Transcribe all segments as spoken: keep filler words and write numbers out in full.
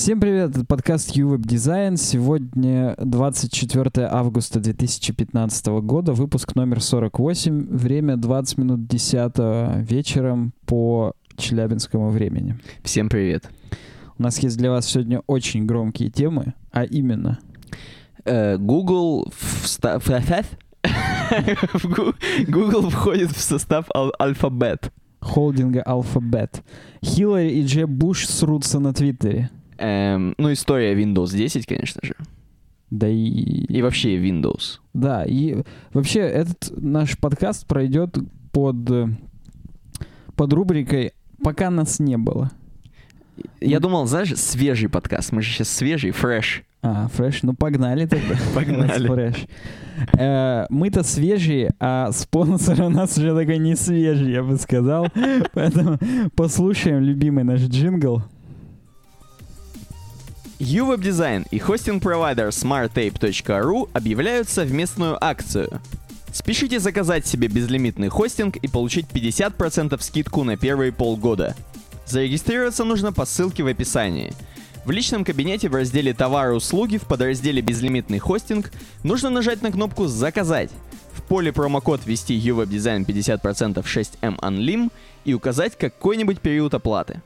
Всем привет, это подкаст YouWeb Design. Сегодня двадцать четвёртое августа две тысячи пятнадцатого года, выпуск номер сорок восемь, время двадцать минут десятого вечером по челябинскому времени. Всем привет. У нас есть для вас сегодня очень громкие темы, а именно... Google в ста... Google входит в состав Alphabet. Холдинга Alphabet. Хиллари и Джеб Буш срутся на Твиттере. Эм, ну, история Windows десять, конечно же. Да и... И вообще Windows. Да, и вообще этот наш подкаст пройдет под, под рубрикой «Пока нас не было». Я думал, знаешь, свежий подкаст. Мы же сейчас свежий, фреш. А, фреш, ну погнали тогда. Погнали. Фреш. Э, мы-то свежие, а спонсор у нас уже такой не свежий, я бы сказал. Поэтому послушаем любимый наш джингл. YouWeb Design и хостинг-провайдер smarttape точка ру объявляют совместную акцию. Спешите заказать себе безлимитный хостинг и получить пятьдесят процентов скидку на первые полгода. Зарегистрироваться нужно по ссылке в описании. В личном кабинете в разделе «Товары и услуги» в подразделе «Безлимитный хостинг» нужно нажать на кнопку «Заказать». В поле промокод ввести YouWeb Design пятьдесят процентов шесть эм Unlim и указать какой-нибудь период оплаты.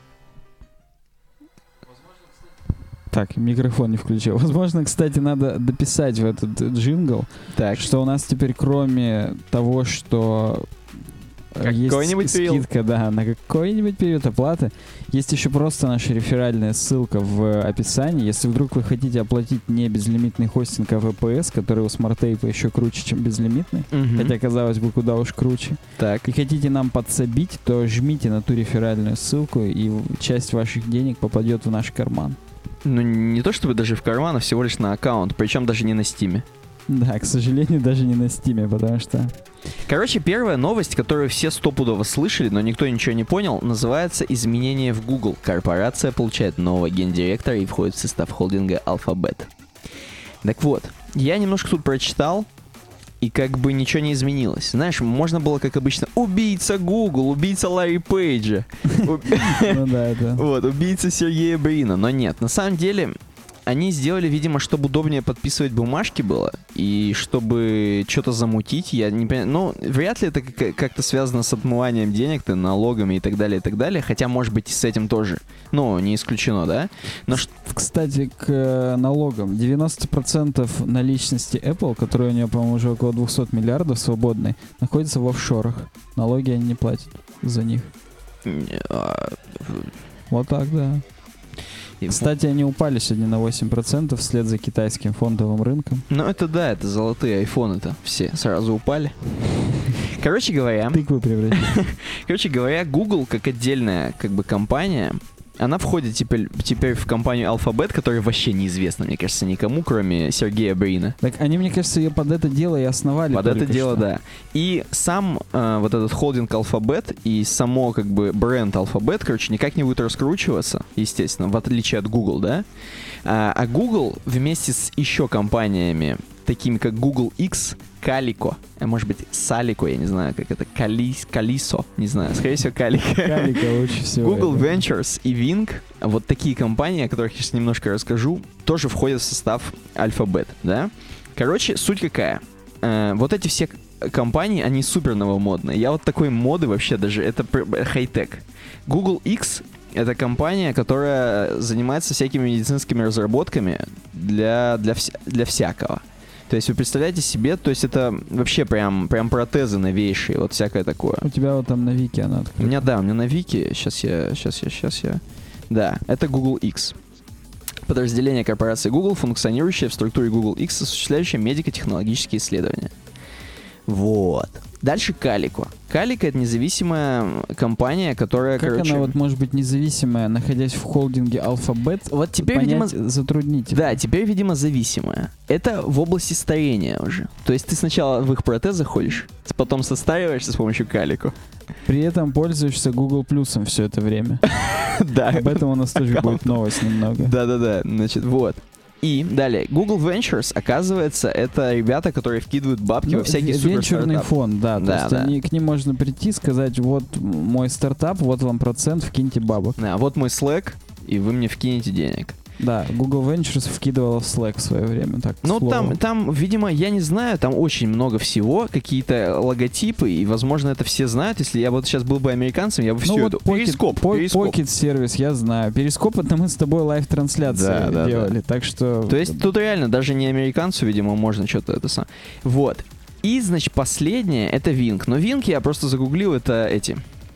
Так, микрофон не включил. Возможно, кстати, надо дописать в этот джингл, так. что у нас теперь кроме того, что есть скидка, да, на какой-нибудь период оплаты, есть еще просто наша реферальная ссылка в описании. Если вдруг вы хотите оплатить не безлимитный хостинг, а ви пи эс, который у SmartTape еще круче, чем безлимитный, угу. хотя, казалось бы, куда уж круче, так. и хотите нам подсобить, то жмите на ту реферальную ссылку, и часть ваших денег попадет в наш карман. Ну, не то чтобы даже в карман, а всего лишь на аккаунт, причем даже не на Стиме. Да, к сожалению, даже не на Стиме, потому что... Короче, первая новость, которую все стопудово слышали, но никто ничего не понял, называется «Изменение в Google». Корпорация получает нового гендиректора и входит в состав холдинга Alphabet. Так вот, я немножко тут прочитал, и как бы ничего не изменилось. Знаешь, можно было, как обычно, убийца Google, убийца Ларри Пейджа. Ну да, это... Вот, убийца Сергея Брина. Но нет, на самом деле... Они сделали, видимо, чтобы удобнее подписывать бумажки было, и чтобы что-то замутить, я не понимаю, ну, вряд ли это как-то связано с отмыванием денег, налогами и так далее, и так далее, хотя, может быть, и с этим тоже, ну, не исключено, да? Но ш... Кстати, к налогам, девяносто процентов наличности Apple, которая у нее, по-моему, уже около двести миллиардов свободной, находится в офшорах, налоги они не платят за них. Вот так, да. Кстати, они упали сегодня на восемь процентов вслед за китайским фондовым рынком. Ну, это да, это золотые айфоны-то все сразу упали. Короче говоря... Тыквы превратили. Короче говоря, Google, как отдельная как бы компания, она входит теперь, теперь в компанию Alphabet, которая вообще неизвестна, мне кажется, никому, кроме Сергея Брина. Так они, мне кажется, ее под это дело и основали. Под это дело, что. Да. И сам э, вот этот холдинг Alphabet и само как бы бренд Alphabet, короче, никак не будет раскручиваться, естественно, в отличие от Google, да. А, а Google вместе с еще компаниями, такими как Google X, Calico, а может быть Salico, я не знаю, как это, Калис, Калисо, не знаю, скорее всего Calico. Calico лучше всего. Google это. Ventures и Wing, вот такие компании, о которых я сейчас немножко расскажу, тоже входят в состав Alphabet, да. Короче, суть какая. Э, вот эти все компании, они супер новомодные. Я вот такой моды вообще даже, это хай-тек. Google X — это компания, которая занимается всякими медицинскими разработками для, для, вся, для всякого. То есть вы представляете себе, то есть это вообще прям, прям протезы новейшие, вот всякое такое. У тебя вот там на Вики она открыта. У меня, да, у меня на Вики, сейчас я, сейчас я, сейчас я... Да, это Google X. Подразделение корпорации Google, функционирующее в структуре Google X, осуществляющее медико-технологические исследования. Вот. Дальше Calico. Calico — это независимая компания, которая, как короче... она вот может быть независимая, находясь в холдинге Alphabet? Вот теперь, видимо, затруднительно. Да, теперь, видимо, зависимая. Это в области старения уже. То есть ты сначала в их протезы ходишь, потом состариваешься с помощью Calico. При этом пользуешься Google Плюсом все это время. Да. Об этом у нас тоже будет новость немного. Да-да-да, значит, вот. И далее, Google Ventures, оказывается, это ребята, которые вкидывают бабки ну, во всякие суперстартапы. Венчурный фонд, да. да то есть да. Они, к ним можно прийти и сказать, вот мой стартап, вот вам процент, вкиньте бабок. Да, вот мой Slack, и вы мне вкинете денег. Да, Google Ventures вкидывала в Slack в свое время. Так, ну, там, там, видимо, я не знаю, там очень много всего, какие-то логотипы, и, возможно, это все знают. Если я вот сейчас был бы американцем, я бы ну, все вот это... Pocket, Перископ, по, Перископ. Pocket сервис, я знаю. Перископ — это мы с тобой лайв-трансляции да, да, делали, да. так что... То есть тут реально даже не американцу, видимо, можно что-то это сам... Вот. И, значит, последнее — это Wing. Но Wing я просто загуглил, это эти...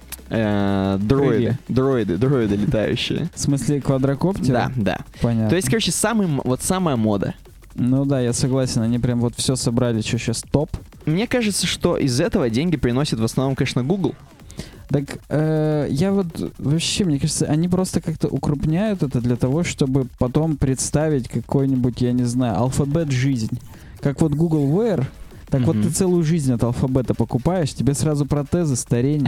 Э, дроиды, дроиды, дроиды летающие. В смысле квадрокоптер? Да, да. Понятно. То есть, короче, самый, вот самая мода. Ну да, я согласен, они прям вот все собрали, что сейчас топ. Мне кажется, что из этого деньги приносит в основном, конечно, Google. Так, э, я вот вообще, мне кажется, они просто как-то укрупняют это для того, чтобы потом представить какой-нибудь, я не знаю, алфабет жизнь. Как вот Google Wear. Так mm-hmm. вот ты целую жизнь от алфабета покупаешь, тебе сразу протезы, старение.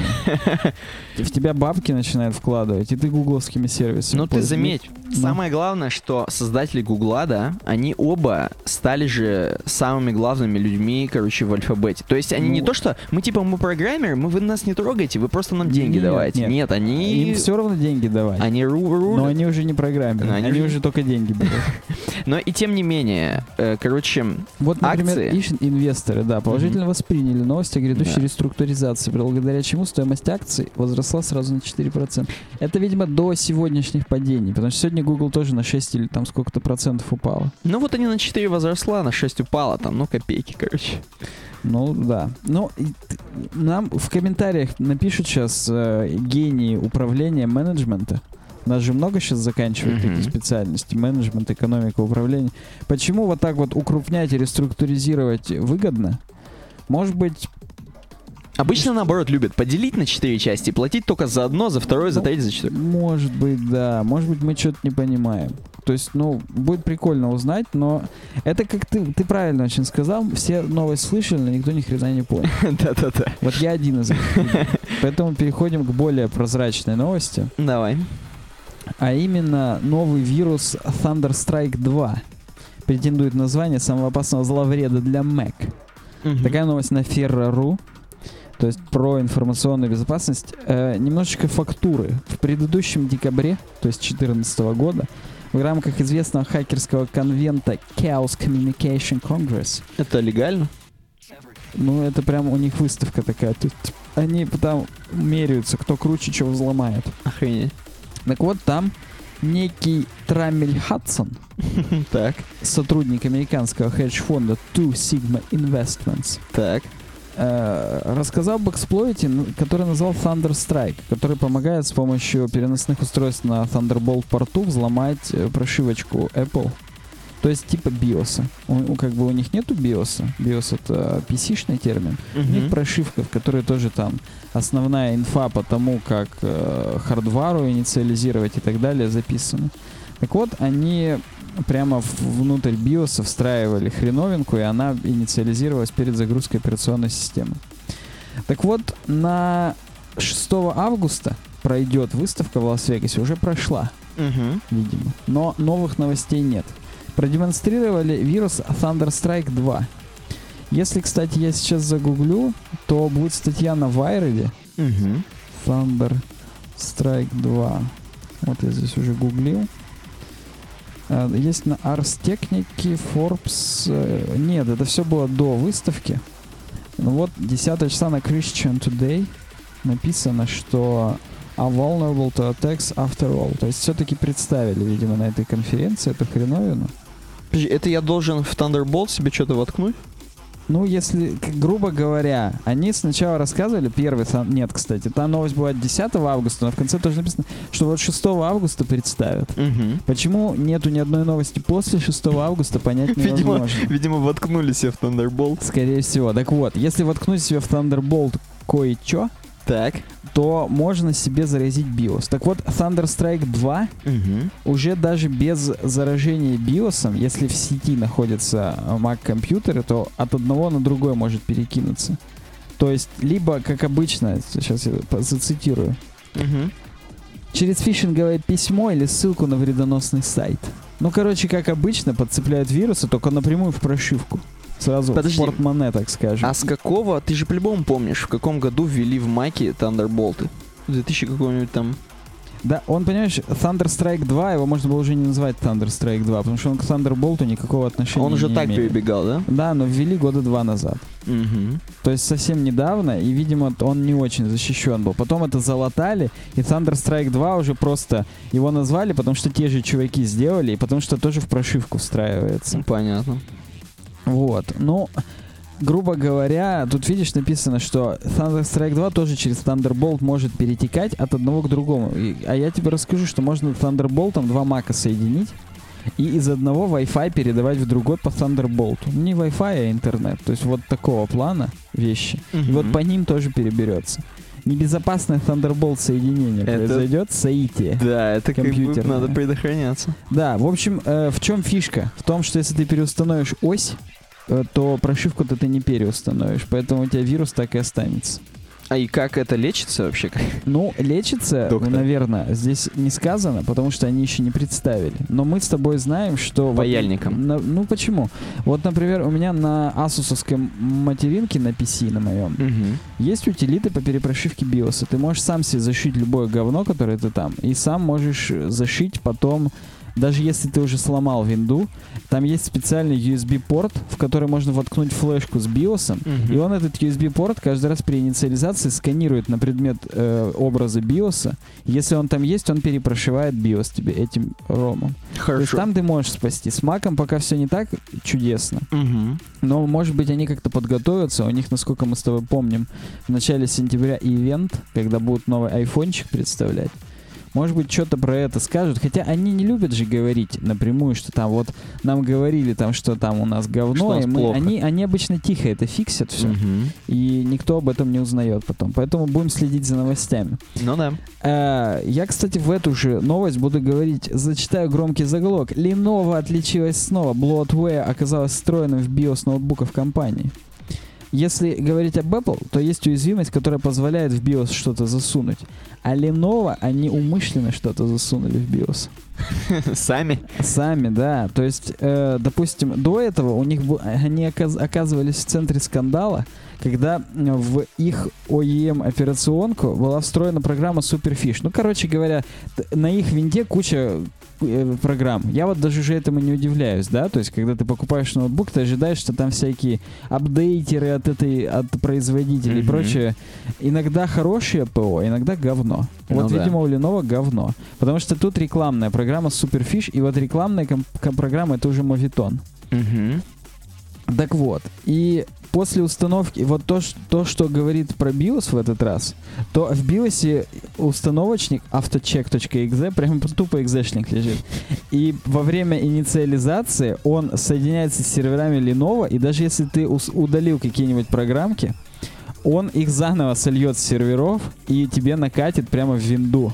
В тебя бабки начинают вкладывать, и ты гугловскими сервисами. Ну ты заметь, самое главное, что создатели Гугла, да, они оба стали же самыми главными людьми, короче, в алфабете. То есть они не то, что мы типа мы программеры, мы вы нас не трогаете, вы просто нам деньги давайте. Нет, они... Им все равно деньги давать. Они рулят. Но они уже не программеры, они уже только деньги берут. Но и тем не менее, короче, вот, например, инвесторы, да, положительно mm-hmm. восприняли новость о грядущей да. реструктуризации, благодаря чему стоимость акций возросла сразу на четыре процента. Это, видимо, до сегодняшних падений, потому что сегодня Google тоже на шесть или там сколько-то процентов упала. Ну вот они на четыре возросла, на шесть упала, там, ну копейки, короче. Ну да. Ну, нам в комментариях напишут сейчас э, гении управления менеджмента. У нас же много сейчас заканчивают mm-hmm. такие специальности. Менеджмент, экономика, управление. Почему вот так вот укрупнять и реструктуризировать выгодно? Может быть... Обычно, наоборот, любят поделить на четыре части и платить только за одно, за второе, за ну, третье, за четвертое. Может быть, да. Может быть, мы что-то не понимаем. То есть, ну, будет прикольно узнать, но это как ты, ты правильно очень сказал. Все новости слышали, но никто ни хрена не понял. Да-да-да. Вот я один из них. Поэтому переходим к более прозрачной новости. Давай. А именно новый вирус Thunderstrike два претендует на звание самого опасного зловреда для Mac. Uh-huh. Такая новость на Ferra точка ру, то есть про информационную безопасность. Э, немножечко фактуры. В предыдущем декабре, то есть две тысячи четырнадцатого года, в рамках известного хакерского конвента Chaos Communication Congress. Это легально? Ну, это прям у них выставка такая. Тут они там меряются, кто круче, чего взломает. Охренеть. Так вот, там некий Трамель Хадсон, так. сотрудник американского хедж-фонда Two Sigma Investments, так. э, рассказал об эксплойте, который назвал Thunderstrike, который помогает с помощью переносных устройств на Thunderbolt порту взломать э, прошивочку Apple. То есть типа биоса. У, как бы у них нету биоса. Биос — это пи си-шный термин. Uh-huh. У них прошивка, в которой тоже там основная инфа по тому, как э, хардвару инициализировать и так далее записана. Так вот, они прямо в, внутрь биоса встраивали хреновинку, и она инициализировалась перед загрузкой операционной системы. Так вот, на шестого августа пройдет выставка в Лас-Вегасе. Уже прошла, uh-huh. видимо. Но новых новостей нет. Продемонстрировали вирус Thunderstrike два. Если, кстати, я сейчас загуглю, то будет статья на Wired. Uh-huh. Thunderstrike два. Вот я здесь уже гуглил. Есть на Ars Technica, Forbes. Нет, это все было до выставки. Ну вот, десятого числа на Christian Today написано, что а vulnerable to attacks after all. То есть все-таки представили, видимо, на этой конференции эту хреновину. Это я должен в Thunderbolt себе что-то воткнуть? Ну, если, грубо говоря, они сначала рассказывали, первый, нет, кстати, там новость была десятого августа, но в конце тоже написано, что вот шестого августа представят. Угу. Почему нету ни одной новости после шестого августа, понять невозможно. Видимо, видимо, воткнули себе в Thunderbolt. Скорее всего. Так вот, если воткнуть себе в Thunderbolt кое-что, так. то можно себе заразить биос. Так вот, Thunderstrike два угу. уже даже без заражения биосом, если в сети находятся Mac-компьютеры, то от одного на другой может перекинуться. То есть, либо, как обычно, сейчас я зацитирую, угу. через фишинговое письмо или ссылку на вредоносный сайт. Ну, короче, как обычно, подцепляют вирусы, только напрямую в прошивку. Сразу Подожди. в портмоне, так скажем. А с какого, ты же по-любому помнишь, в каком году ввели в Маке Thunderbolt'ы? В две тысячи какого-нибудь там... Да, он, понимаешь, Thunderstrike два, его можно было уже не называть Thunderstrike два, потому что он к Thunderbolt'у никакого отношения он уже не так имеет. перебегал, да? Да, но ввели года два назад. Угу. То есть совсем недавно, и, видимо, он не очень защищен был. Потом это залатали, и Thunderstrike два уже просто его назвали, потому что те же чуваки сделали, и потому что тоже в прошивку встраивается. Понятно. Вот, ну... Грубо говоря, тут, видишь, написано, что Thunderstrike два тоже через Thunderbolt может перетекать от одного к другому. И, а я тебе расскажу, что можно Thunderbolt'ом два мака соединить и из одного Wi-Fi передавать в другой по Thunderbolt. Не Wi-Fi, а интернет. То есть вот такого плана вещи. Mm-hmm. И вот по ним тоже переберется. Небезопасное Thunderbolt соединение это... произойдет с соитие. Да, это как бы надо предохраняться. Да, в общем, э, в чем фишка? В том, что если ты переустановишь ось, то прошивку-то ты не переустановишь, поэтому у тебя вирус так и останется. А и как это лечится вообще? Ну, лечится, Доктор. наверное, здесь не сказано, потому что они еще не представили. Но мы с тобой знаем, что... Паяльником. Вот, на, ну, почему? Вот, например, у меня на асусовской материнке, на пи си на моем, угу. есть утилиты по перепрошивке биоса. Ты можешь сам себе зашить любое говно, которое ты там, и сам можешь зашить потом... Даже если ты уже сломал винду, там есть специальный ю эс би-порт, в который можно воткнуть флешку с биосом, uh-huh. и он этот ю эс би-порт каждый раз при инициализации сканирует на предмет э, образа биоса. Если он там есть, он перепрошивает биос тебе этим ромом. Хорошо. То есть там ты можешь спасти. С маком пока все не так чудесно, uh-huh. но, может быть, они как-то подготовятся. У них, насколько мы с тобой помним, в начале сентября ивент, когда будут новый айфончик представлять. Может быть, что-то про это скажут. Хотя они не любят же говорить напрямую, что там вот нам говорили, там, что там у нас говно. Что и мы, они, они обычно тихо это фиксят все. Угу. И никто об этом не узнает потом. Поэтому будем следить за новостями. Ну да. А, я, кстати, в эту же новость буду говорить, зачитаю громкий заголовок. Lenovo отличилась снова. Bloatware оказалась встроенным в биос ноутбуков компании. Если говорить об Apple, то есть уязвимость, которая позволяет в биос что-то засунуть. А Lenovo, они умышленно что-то засунули в биос. Сами? Сами, да. То есть, э, допустим, до этого у них бу- они оказ- оказывались в центре скандала, когда в их о и эм-операционку была встроена программа Superfish. Ну, короче говоря, на их винде куча э, программ. Я вот даже уже этому не удивляюсь, да? То есть, когда ты покупаешь ноутбук, ты ожидаешь, что там всякие апдейтеры от этой, от производителей mm-hmm. и прочее. Иногда хорошее ПО, иногда говно. Ну вот, да. видимо, у Lenovo говно. Потому что тут рекламная программа Superfish, и вот рекламная ком- ком- программа — это уже Moviton. Mm-hmm. Так вот, и после установки, вот то, то, что говорит про BIOS в этот раз, то в BIOS установочник autocheck.exe прям тупо экзешник лежит. И во время инициализации он соединяется с серверами Lenovo, и даже если ты ус- удалил какие-нибудь программки, он их заново сольет с серверов и тебе накатит прямо в винду,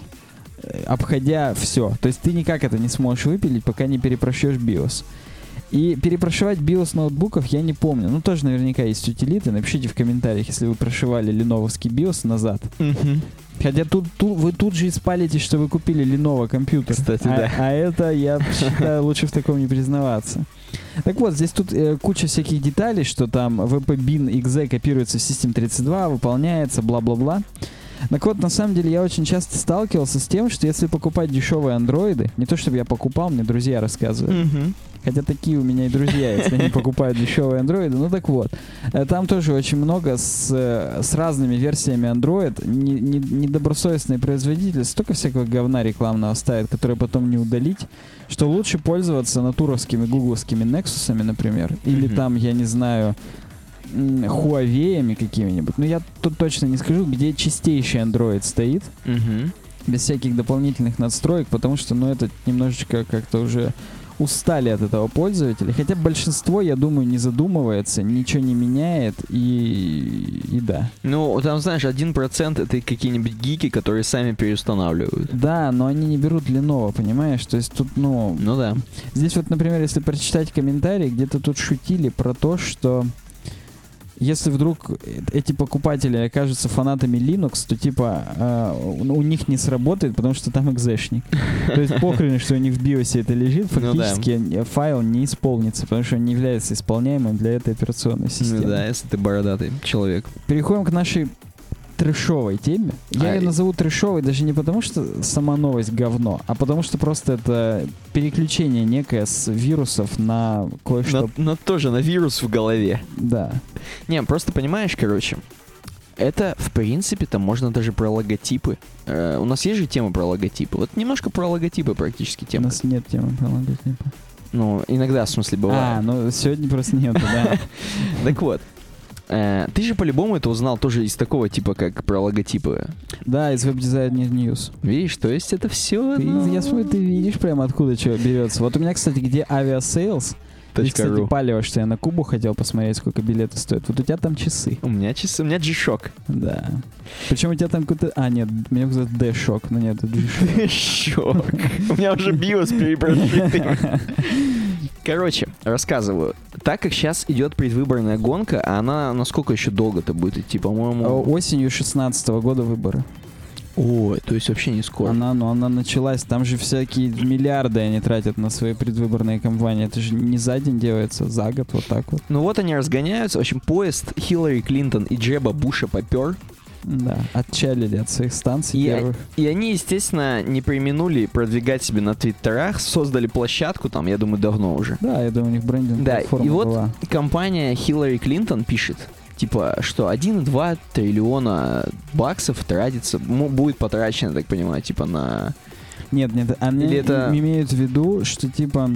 обходя все. То есть ты никак это не сможешь выпилить, пока не перепрошьешь BIOS. И перепрошивать BIOS ноутбуков я не помню. Ну, тоже наверняка есть утилиты. Напишите в комментариях, если вы прошивали леновский BIOS назад. Mm-hmm. Хотя тут, тут вы тут же испалитесь, что вы купили Lenovo компьютер. Кстати, а, да. А это, я считаю, лучше в таком не признаваться. Так вот, здесь тут э, куча всяких деталей, что там ви пи bin.exe копируется в систем тридцать два, выполняется, бла-бла-бла. Так вот, на самом деле, я очень часто сталкивался с тем, что если покупать дешевые андроиды, не то чтобы я покупал, мне друзья рассказывают, mm-hmm. хотя такие у меня и друзья, если они покупают дешевые андроиды, ну так вот, там тоже очень много с, с разными версиями Android, не, не, недобросовестные производители столько всякого говна рекламного ставят, которое потом не удалить, что лучше пользоваться натуровскими гугловскими Nexus'ами, например, или mm-hmm. там, я не знаю, Huawei какими-нибудь. Но я тут точно не скажу, где чистейший Android стоит, угу. без всяких дополнительных надстроек, потому что, ну, это немножечко как-то уже устали от этого пользователи. Хотя большинство, я думаю, не задумывается, ничего не меняет, и, и да. Ну, там, знаешь, один процент это какие-нибудь гики, которые сами переустанавливают. Да, но они не берут Lenovo, понимаешь? То есть тут, ну... Ну да. Здесь вот, например, если прочитать комментарии, где-то тут шутили про то, что если вдруг эти покупатели окажутся фанатами Linux, то типа э, у них не сработает, потому что там экзешник. То есть похрен, что у них в BIOS это лежит, фактически ну, да. файл не исполнится, потому что он не является исполняемым для этой операционной системы. Ну да, если ты бородатый человек. Переходим к нашей трэшовой теме. Я а ее назову трэшовой даже не потому, что сама новость говно, а потому что просто это переключение некое с вирусов на кое-что. На, на тоже, на вирус в голове. Да. Не, просто понимаешь, короче, это, в принципе-то, можно даже про логотипы. Э, у нас есть же тема про логотипы. Вот немножко про логотипы практически тема. У нас нет темы про логотипы. Ну, иногда, в смысле, бывает. А, ну сегодня просто нету, да. Так вот. Ты же по-любому это узнал тоже из такого типа, как про логотипы. Да, из Web Design News. Видишь, то есть это все... Ты, ну... Я смотрю, ты видишь прямо откуда что берется. Вот у меня, кстати, где Aviasales... Ты, кстати, палево, что я на Кубу хотел посмотреть, сколько билеты стоят. Вот у тебя там часы. У меня часы, у меня G-Shock. Да. Причем у тебя там какой-то... А, нет, меня казалось D-Shock, но нет, это G-Shock. D-Shock. У меня уже биос перепрошитый. Короче, рассказываю. Так как сейчас идет предвыборная гонка, а она насколько еще долго-то будет идти, по-моему? Осенью шестнадцатого года выборы. Ой, то есть вообще не скоро. Она, ну, она началась. Там же всякие миллиарды они тратят на свои предвыборные кампании. Это же не за день делается, за год, вот так вот. Ну вот они разгоняются. В общем, поезд Хиллари Клинтон и Джеба Буша попер. Да, отчалили от своих станций и, первых. И они, естественно, не преминули продвигать себе на твиттерах, создали площадку там, я думаю, давно уже. Да, я думаю, у них брендинг да, платформа и вот была. компания Хиллари Клинтон пишет, типа, что один и два триллиона баксов тратится, будет потрачено, так понимаю, типа на... Нет, нет, они Или это... имеют в виду, что типа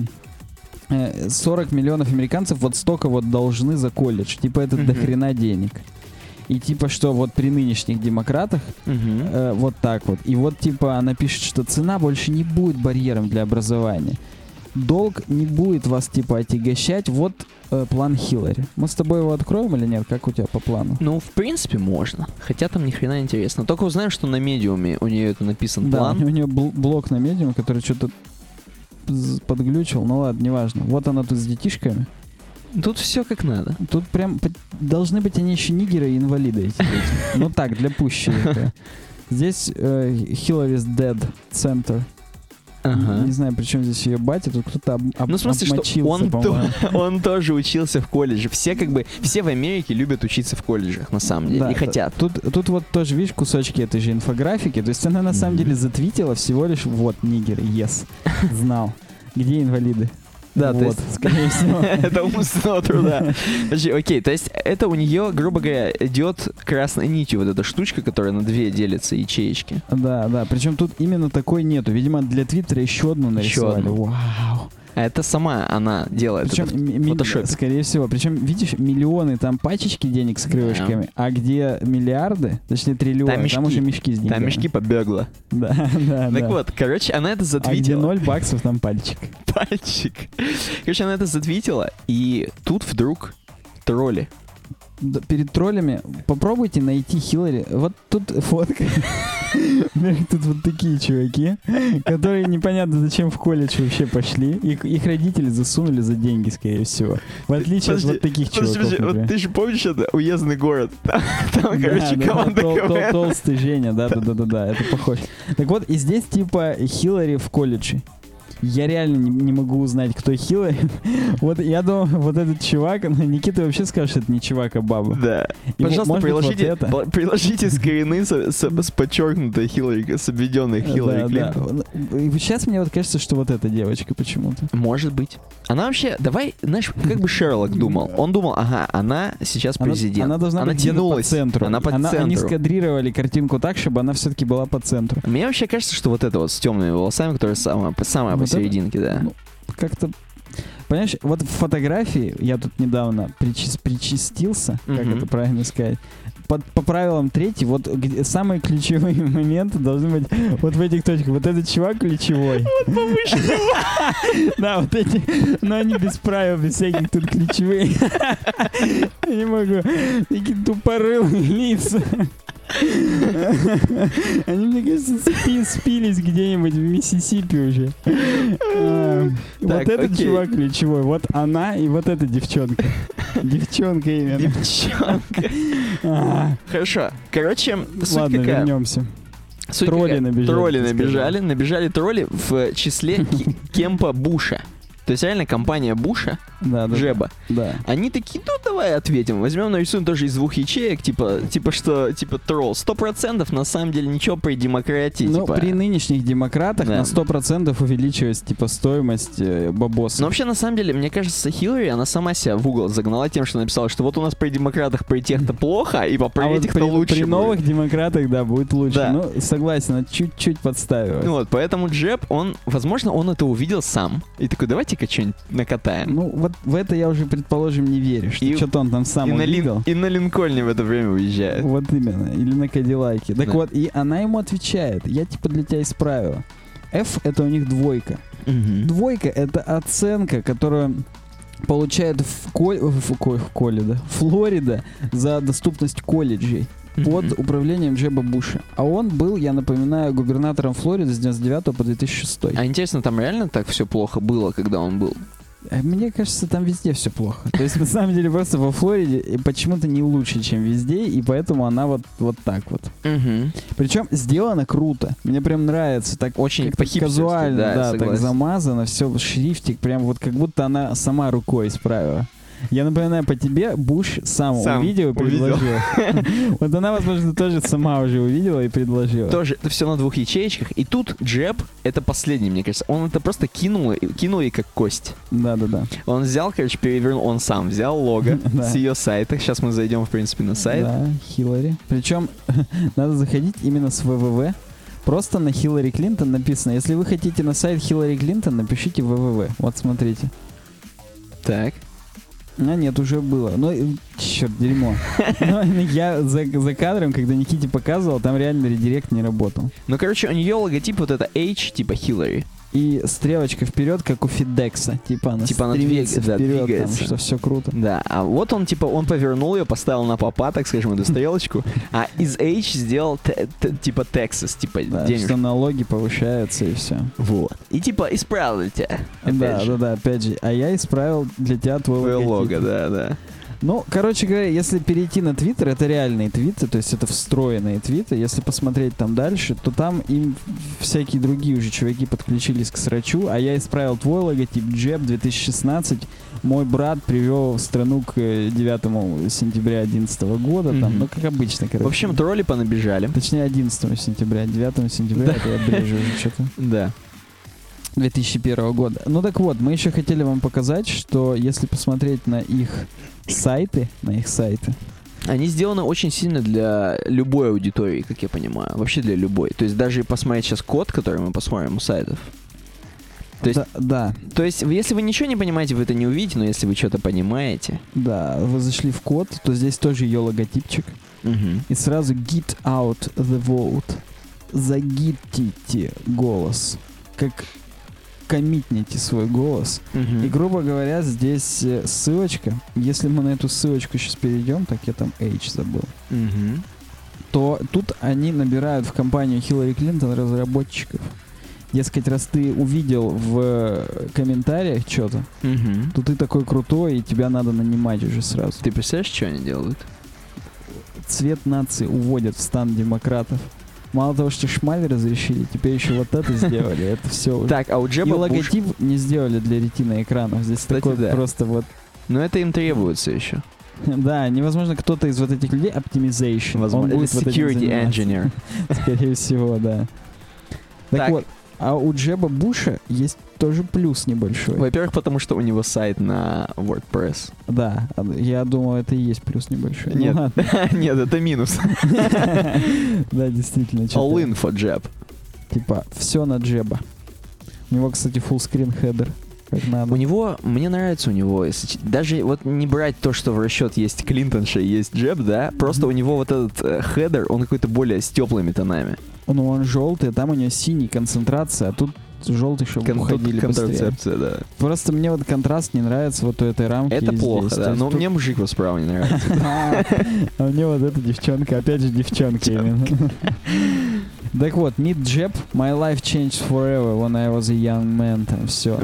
сорок миллионов американцев вот столько вот должны за колледж. Типа это mm-hmm. дохрена денег. И типа, что вот при нынешних демократах uh-huh. э, вот так вот. И вот типа она пишет, что цена больше не будет барьером для образования. Долг не будет вас типа отягощать. Вот э, план Хиллари. Мы с тобой его откроем или нет? Как у тебя по плану? Ну, в принципе, можно. Хотя там ни хрена интересно. Только узнаем, что на медиуме у нее это написан да, план. Да, у нее бл- блок на медиуме, который что-то подглючил. Ну ладно, неважно. Вот она тут с детишками. Тут все как надо. Тут прям должны быть они еще нигеры и инвалиды эти дети. Ну так, для пущенника. Здесь Hillary's Dead Center. Ага. Не знаю, при чем здесь ее батя, тут кто-то об, об, ну, в смысле, обмочился, что он, то, он тоже учился в колледже. Все как бы, все в Америке любят учиться в колледжах, на самом деле, да, и хотят. Тут, тут вот тоже, видишь, кусочки этой же инфографики. То есть она на самом деле затвитила всего лишь вот нигер, yes, знал. Где инвалиды? Да, вот, то есть, скорее всего. Это умственного труда. Подожди, окей, то есть это у нее, грубо говоря, идет красной нитью вот эта штучка, которая на две делится, ячеечки. Да, да, причем тут именно такой нету. Видимо, для Твиттера еще одну нарисовали. Еще одну. Вау. А это сама она делает. Причем, в фотошопе. Скорее всего. Причем, видишь, миллионы там пачечки денег с крылышками, yeah. а где миллиарды, точнее триллионы, там, мешки, там уже мешки с деньгами. Там мешки побегло. Да, да, Так да. вот, короче, она это затвитила. А где ноль баксов, там пальчик. Пальчик. Короче, она это затвитила, и тут вдруг тролли. Да, перед троллями попробуйте найти Хиллари. Вот тут фотка. Тут вот такие чуваки, которые непонятно зачем в колледж вообще пошли. Их, их родители засунули за деньги, скорее всего. В отличие подожди, от вот таких подожди, чуваков. Подожди, вот ты же помнишь, это уездный город. Там, там да, короче, да, команда тол, тол, толстый Женя, да-да-да-да, это похоже. Так вот, и здесь типа Хиллари в колледже. Я реально не, не могу узнать, кто Хиллари. Вот я думаю, вот этот чувак, ну, Никита вообще скажет, что это не чувак, а баба. Да. И Пожалуйста, приложите, вот приложите скрины с, с, с подчеркнутой Хиллари, с обведенной Хиллари да, Клинтон. Да. И сейчас мне вот кажется, что вот эта девочка почему-то. Может быть. Она вообще, давай, знаешь, как бы Шерлок думал. Он думал, ага, она сейчас президент. Она, она должна она быть тянулась, по центру. Она по она, центру. Они скадрировали картинку так, чтобы она все-таки была по центру. Мне вообще кажется, что вот это вот с темными волосами, которая самая, самая вот посерединке, это, да. Ну, как-то... Понимаешь, вот в фотографии я тут недавно причис, причастился, mm-hmm. как это правильно сказать, по, по правилам третьей, вот где, самые ключевые моменты должны быть вот в этих точках. Вот этот чувак ключевой. Вот повыше него. Да, вот эти, но они без правил, без всяких тут ключевые. Я не могу. Такие тупорылые лица. Они, мне кажется, спи, спились где-нибудь в Миссисипи уже. А, вот этот окей. чувак ключевой, вот она и вот эта девчонка. Девчонка именно. Девчонка. А. Хорошо. Короче, суть ладно, какая? вернемся. Суть тролли какая? набежали. Тролли набежали. Набежали тролли в числе Кемпа Буша. То есть реально компания Буша, да, да, Джеба, да. они такие, ну давай ответим, возьмем, нарисуем тоже из двух ячеек, типа, типа что, типа тролл. Сто процентов на самом деле ничего при демократии. Ну, типа... при нынешних демократах да. на сто процентов увеличивается, типа, стоимость э, бабоса. Но вообще, на самом деле, мне кажется, Хиллари, она сама себя в угол загнала тем, что написала, что вот у нас при демократах, при тех-то плохо, и по при а этих-то вот при, лучше при будет. новых демократах, да, будет лучше. Да. Ну, согласен, она чуть-чуть подставила. Ну вот, поэтому Джеб, он, возможно, он это увидел сам. И такой, давайте-ка что-нибудь накатаем. Ну, вот в это я уже, предположим, не верю, что И- что-то он там сам и, на увидел. Лин- и на Линкольне в это время уезжает. Вот именно. Или на Кадиллаке. Так Да. вот, и она ему отвечает. Я типа для тебя исправила. F — это у них двойка. Мгм. Двойка — это оценка, которую получает в, ко- в, ко- в колледже, Флорида за доступность колледжей под Мгм. управлением Джеба Буша. А он был, я напоминаю, губернатором Флориды с девяносто девятого по две тысячи шестой. А интересно, там реально так все плохо было, когда он был? А Мне кажется, там везде все плохо. То есть, на самом деле, просто во Флориде и почему-то не лучше, чем везде, и поэтому она вот, вот так вот. Угу. Причем сделано круто. Мне прям нравится. Так Очень как-то по-хипстерски, казуально, да, да, так согласен. замазано, все, шрифтик, прям вот как будто она сама рукой исправила. Я напоминаю, по тебе Буш сам, Сам увидел и увидел. предложил. Вот она, возможно, тоже сама уже увидела и предложила. Тоже это все на двух ячеечках. И тут Джеб, это последний, мне кажется. Он это просто кинул, кинул ей как кость. Да-да-да. Он взял, короче, перевернул, он сам взял лого Да. с ее сайта. Сейчас мы зайдем, в принципе, на сайт. Да, Хиллари. Причем надо заходить именно с вэ вэ вэ. Просто на Хиллари Клинтон написано. Если вы хотите на сайт Хиллари Клинтон, напишите вэ вэ вэ. Вот смотрите. Так. А нет, уже было. Ну, э, черт, дерьмо. Но я за, за кадром, когда Никите показывал, там реально редирект не работал. Ну, короче, у нее логотип вот это H, типа Хиллари. И стрелочка вперед, как у Фидекса. Типа она Типа она стремится двигается, да, вперед, двигается. там, что все круто. Да, а вот он, типа, он повернул ее, поставил на попа, так скажем, эту стрелочку, а из H сделал, т- т- типа, Texas, типа, Да, денежку. что налоги повышаются и все. Вот. И, типа, исправил тебя. опять Да, же. да, да, опять же. А я исправил для тебя твой Твое логотип. лого, да, да. Ну, короче говоря, если перейти на Твиттер, это реальные твиты, то есть это встроенные твиты. Если посмотреть там дальше, то там им всякие другие уже чуваки подключились к срачу, а я исправил твой логотип Джеб две тысячи шестнадцать. Мой брат привел страну к девятому сентября одиннадцатого года, там, Мгм. ну, как обычно, короче. В общем, тролли понабежали. Точнее, одиннадцатого сентября, девятого сентября, это я брежу уже что-то. Да. две тысячи первого года. Ну так вот, мы еще хотели вам показать, что если посмотреть на их сайты, на их сайты, Они сделаны очень сильно для любой аудитории, как я понимаю. Вообще для любой. То есть даже посмотреть сейчас код, который мы посмотрим у сайтов. То есть, да, да, то есть, если вы ничего не понимаете, вы это не увидите, но если вы что-то понимаете... да, вы зашли в код, то здесь тоже ее логотипчик. Мгм. И сразу get out the vote. Загитите голос. Как коммитните свой голос. Мгм. И, грубо говоря, здесь э, ссылочка. Если мы на эту ссылочку сейчас перейдем, так я там H забыл, Мгм. то тут они набирают в компанию Хиллари Клинтон разработчиков. Дескать, раз ты увидел в э, комментариях что-то, Мгм. то ты такой крутой, и тебя надо нанимать уже сразу. Ты представляешь, что они делают? Цвет нации уводят в стан демократов. Мало того, что шмаль разрешили, теперь еще вот это сделали. Это все. Так, а у И Джеба Буш... логотип не сделали для ретина экранов. Здесь Кстати, такой да. просто вот. Но это им требуется еще. Да, невозможно, кто-то из вот этих людей optimization. Он Возможно, или будет вот этим security заниматься. engineer. Скорее всего, да. Так, Так. вот, а у Джеба Буша есть тоже плюс небольшой. Во-первых, потому что у него сайт на WordPress. Да, я думал, это и есть плюс небольшой. Ну Нет. ладно. Нет, это минус. Да, действительно. All что-то- in for Jeb. Типа, все на Джеба. У него, кстати, full-screen хедер. Как надо. У него, мне нравится у него, если ч- даже вот не брать то, что в расчет есть Клинтонша и есть Джеб, да, просто у него вот этот э, хедер, он какой-то более с теплыми тонами. Ну, он желтый, там у него синий, концентрация, а тут желтый, чтобы Кон- тут уходили быстрее. контрацепция, да. Просто мне вот контраст не нравится вот у этой рамки. Это и плохо, здесь. да. То есть Но тут- мне мужик вот справа не нравится. А мне вот эта девчонка, опять же девчонка именно. Так вот, Meet Jeb, My Life Changed Forever When I Was a Young Man, там все.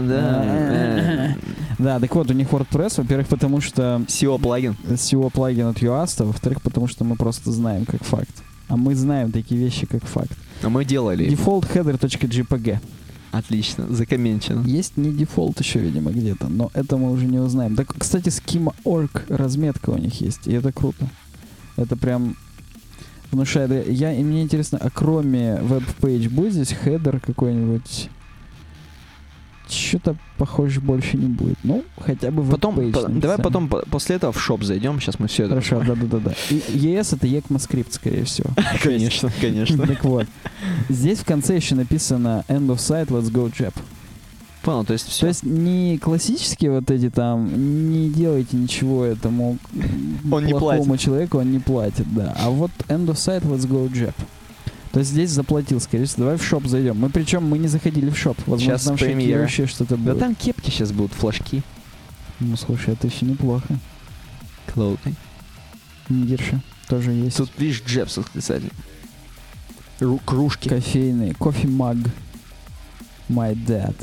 Да, так вот, у них WordPress, во-первых, потому что си о плагин. си о плагин от Юаста, во-вторых, потому что мы просто знаем как факт. А мы знаем такие вещи как факт. А мы делали. default header.jpg. Отлично, закомменчено. Есть не дефолт еще, видимо, где-то, но это мы уже не узнаем. Так, кстати, Schema точка орг разметка у них есть, и это круто. Это прям внушает. Я, и мне интересно, а кроме веб-пейдж будет здесь хедер какой-нибудь? Что-то, похоже, больше не будет. Ну, хотя бы потом, веб-пейдж. по, давай потом по, после этого в шоп зайдем, сейчас мы все это... Хорошо, да-да-да. И и эс это ECMAScript, скорее всего. Конечно, конечно. Так вот. Здесь в конце еще написано end of site, let's go Jab. Понял, то есть все. То есть не классические вот эти там, не делайте ничего этому он плохому человеку, он не платит, да. А вот end of site, let's go Jab. То есть здесь заплатил, скорее всего. Давай в шоп зайдем. Мы причем мы не заходили в шоп. Возможно, сейчас там премьера. шокирующее что-то будет. Да там кепки сейчас будут, флажки. Ну, слушай, это еще неплохо. Clothing. Нигерша тоже есть. Тут, видишь, Jab с восклицательным. Ру- кружки. Кофейный. Кофе-маг. My dad.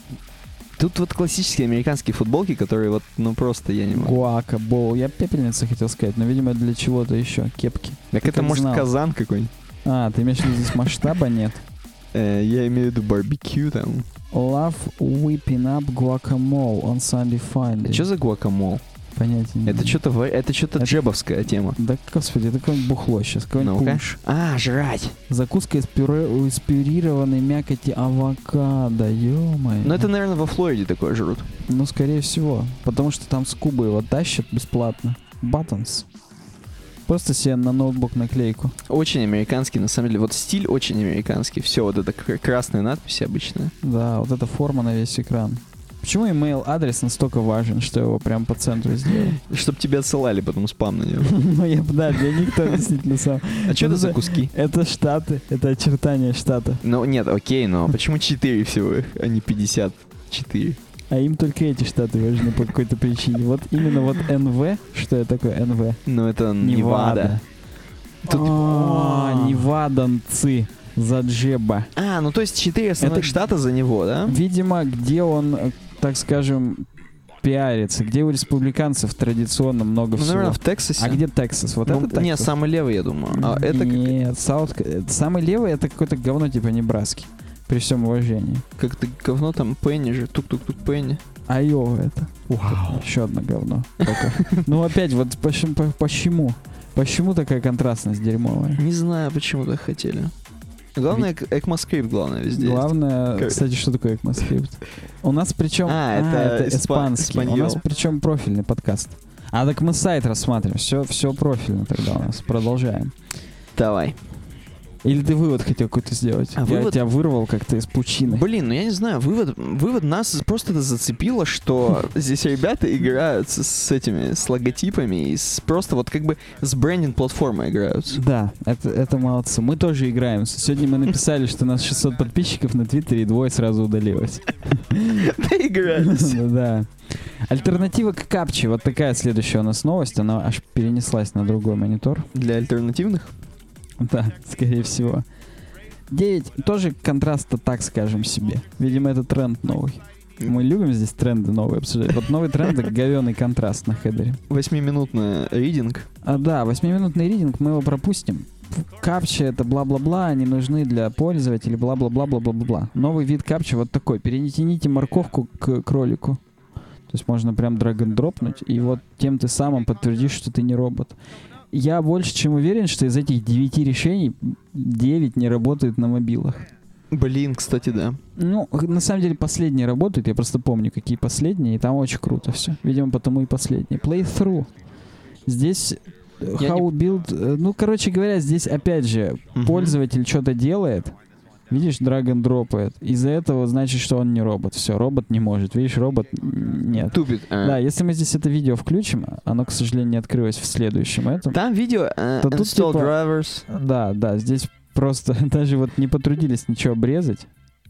Тут вот классические американские футболки, которые вот, ну просто я не могу. Гуака, боу. Я пепельница хотел сказать, но, видимо, для чего-то еще. Кепки. Так Ты это, как может, знал? казан какой-нибудь? А, ты имеешь в виду, здесь масштаба нет? Э, я имею в виду барбекю там. Love whipping up guacamole on Sunday Fun. Что за гуакамол? Понятия не Это имею. что-то это что-то Это- джебовская тема. Да, господи, это какое-нибудь бухло сейчас, какой-нибудь Ну-ка. пунш. А, жрать. Закуска из, пюре, из пюрированной мякоти авокадо, ё-моё. Ну это, наверное, во Флориде такое жрут. Ну, скорее всего. Потому что там с Кубы его тащат бесплатно. Buttons. Просто себе на ноутбук наклейку. Очень американский, на самом деле. Вот стиль очень американский. Все, вот это к- красные надписи обычные. Да, вот эта форма на весь экран. Почему email-адрес настолько важен, что его прям по центру сделали? Чтоб тебя отсылали потом спам на него. Ну, я бы, да, для никто действительно сам. А что это Ну, за это- куски? Это штаты, это очертания штата. Ну нет, окей, но почему четыре всего, а не пятьдесят четыре? А им только эти штаты важны по какой-то причине. Вот именно вот эн вэ, что это такое эн вэ? Ну это Невада. Невада. Тут- А, неваданцы за джеба. А, ну то есть четыре основных Это- штата за него, да? Видимо, где он, э, так скажем, пиарится, где у республиканцев традиционно много Ну, всего. наверное, в Тексасе. А где Тексас? Вот Ну, это Тексас? не, самый левый, я думаю. А это как- Нет, Саут... э, самый левый это какое-то говно типа Небраски. При всем уважении. как-то говно там, Пенни же, тук-тук-тук Пенни. Айова это. Вау. Еще одно говно. Только. Ну опять, вот почему, по- почему? Почему такая контрастность дерьмовая? Не знаю, почему так хотели. Главное, эк- ECMAScript главное везде. есть. Главное, Как- кстати, что такое ECMAScript? У нас причем... А, это испа- испанский. У испаньол. нас причем профильный подкаст. А так мы сайт рассматриваем. Все, все профильно тогда у нас. Продолжаем. Давай. Или ты вывод хотел какой-то сделать? А Я вывод- тебя вырвал как-то из пучины. Блин, ну я не знаю, вывод, вывод нас просто это зацепило, что здесь ребята играют с, с этими, с логотипами и с, просто вот как бы с брендинг-платформой играются. Да, это, это молодцы. Мы тоже играем. Сегодня мы написали, что у нас шестьсот подписчиков на Твиттере, и двое сразу удалилось. Доигрались. Да. Альтернатива к капче. Вот такая следующая у нас новость. Она аж перенеслась на другой монитор. Для альтернативных? Да, скорее всего. девять тоже контраста, так скажем себе. Видимо, это тренд новый. Мы любим здесь тренды новые обсуждать. Вот новый тренд — это говёный контраст на хедере. Восьмиминутный ридинг. А, да, восьмиминутный ридинг, мы его пропустим. Капча — это бла-бла-бла, они нужны для пользователей, бла-бла-бла-бла-бла-бла. Новый вид капча вот такой. Перенесите морковку к кролику. То есть можно прям драг-н-дропнуть, и вот тем ты самым подтвердишь, что ты не робот. Я больше чем уверен, что из этих девяти решений девять не работает на мобилах. Блин, кстати, да. Ну, на самом деле последние работают, я просто помню, какие последние, и там очень круто все. Видимо, потому и последние. Playthrough. Здесь Я how build... э, Ну, короче говоря, здесь опять же Мгм. пользователь что-то делает, видишь, драг дропает. Из-за этого значит, что он не робот. Все, робот не может. Видишь, робот м, нет. Тупит. а. Да, если мы здесь это видео включим, оно, к сожалению, не открылось в следующем этом. Там видео э, То тут install типа- drivers. Да, да, здесь просто даже вот не потрудились ничего обрезать.